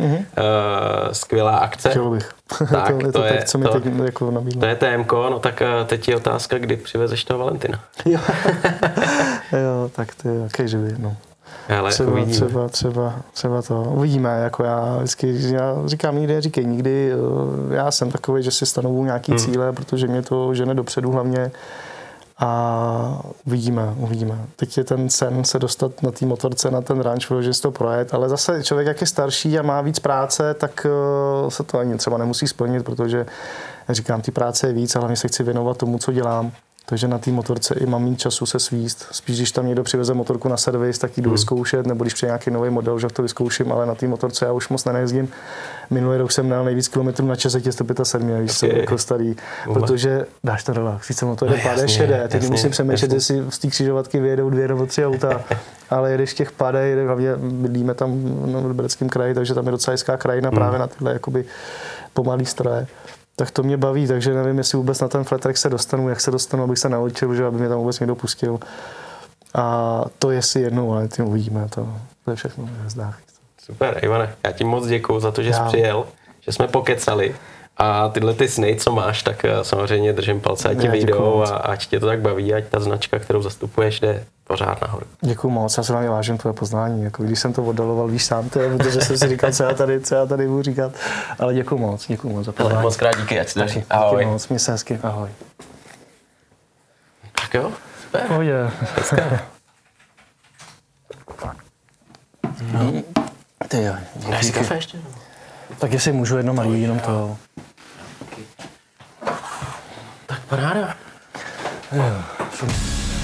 Speaker 1: skvělá akce.
Speaker 2: Chtěl bych.
Speaker 1: Tak,
Speaker 2: to je co mi teď jako nabídlo.
Speaker 1: To je TMko, no tak teď je otázka, kdy přivezeš toho Valentina.
Speaker 2: Jo, tak to je jaký živý, no.
Speaker 1: Hele,
Speaker 2: třeba to uvidíme, jako já říkám nikdy neříkej, nikdy já jsem takový, že si stanovu nějaký cíle, protože mě to žene dopředu hlavně a uvidíme. Teď je ten sen se dostat na té motorce, na ten ranč, že si to projet, ale zase člověk, jak je starší a má víc práce, tak se to ani třeba nemusí splnit, protože říkám, ty práce je víc, ale hlavně se chci věnovat tomu, co dělám. Takže na té motorce i mám mít času se svíst. Spíš, když tam někdo přiveze motorku na servis, tak ji jdu vyzkoušet, nebo když přijde nějaký nový model, že to vyzkouším, ale na té motorce já už moc nejezdím. Minulý rok jsem měl nejvíc kilometrů na čase 175, víš, jsem jako starý, protože dáš to relax, když se motor pádeš jede, teď musím přemýšlet, jestli z té křižovatky vyjedou 2 nebo 3 auta, ale jedeš těch pádej, hlavně bydlíme tam v Libereckém kraji, takže tam je docela hezká krajina právě na tyhle jakoby pomalý stroje. Tak to mě baví, takže nevím, jestli vůbec na ten flat track se dostanu, jak se dostanu, abych se naučil, že aby mě tam vůbec někdo pustil. A to jestli jednou, ale tím uvidíme, to je všechno v hvězdách.
Speaker 1: Super, Ivane, já ti moc děkuju za to, že jsi přijel, že jsme pokecali a tyhle ty sny, co máš, tak samozřejmě držím palce, ať ti vyjdou a ať tě to tak baví, ať ta značka, kterou zastupuješ, jde pořád nahoru.
Speaker 2: Děkuju moc, já se vám vážím tvoje poznání, jako když jsem to oddaloval, víš sám to, protože jsem si říkal, co já tady budu říkat, ale děkuju moc za poznání.
Speaker 1: Moc krát díky, ať si daří. Ahoj.
Speaker 2: Díky moc, měj se hezky, ahoj.
Speaker 1: Tak jo, super.
Speaker 2: Pohodě. Ty jo.
Speaker 1: Dáš si kafe ještě?
Speaker 2: Tak jestli můžu jedno malý, jenom to.
Speaker 1: Tak paráda.
Speaker 2: Jo.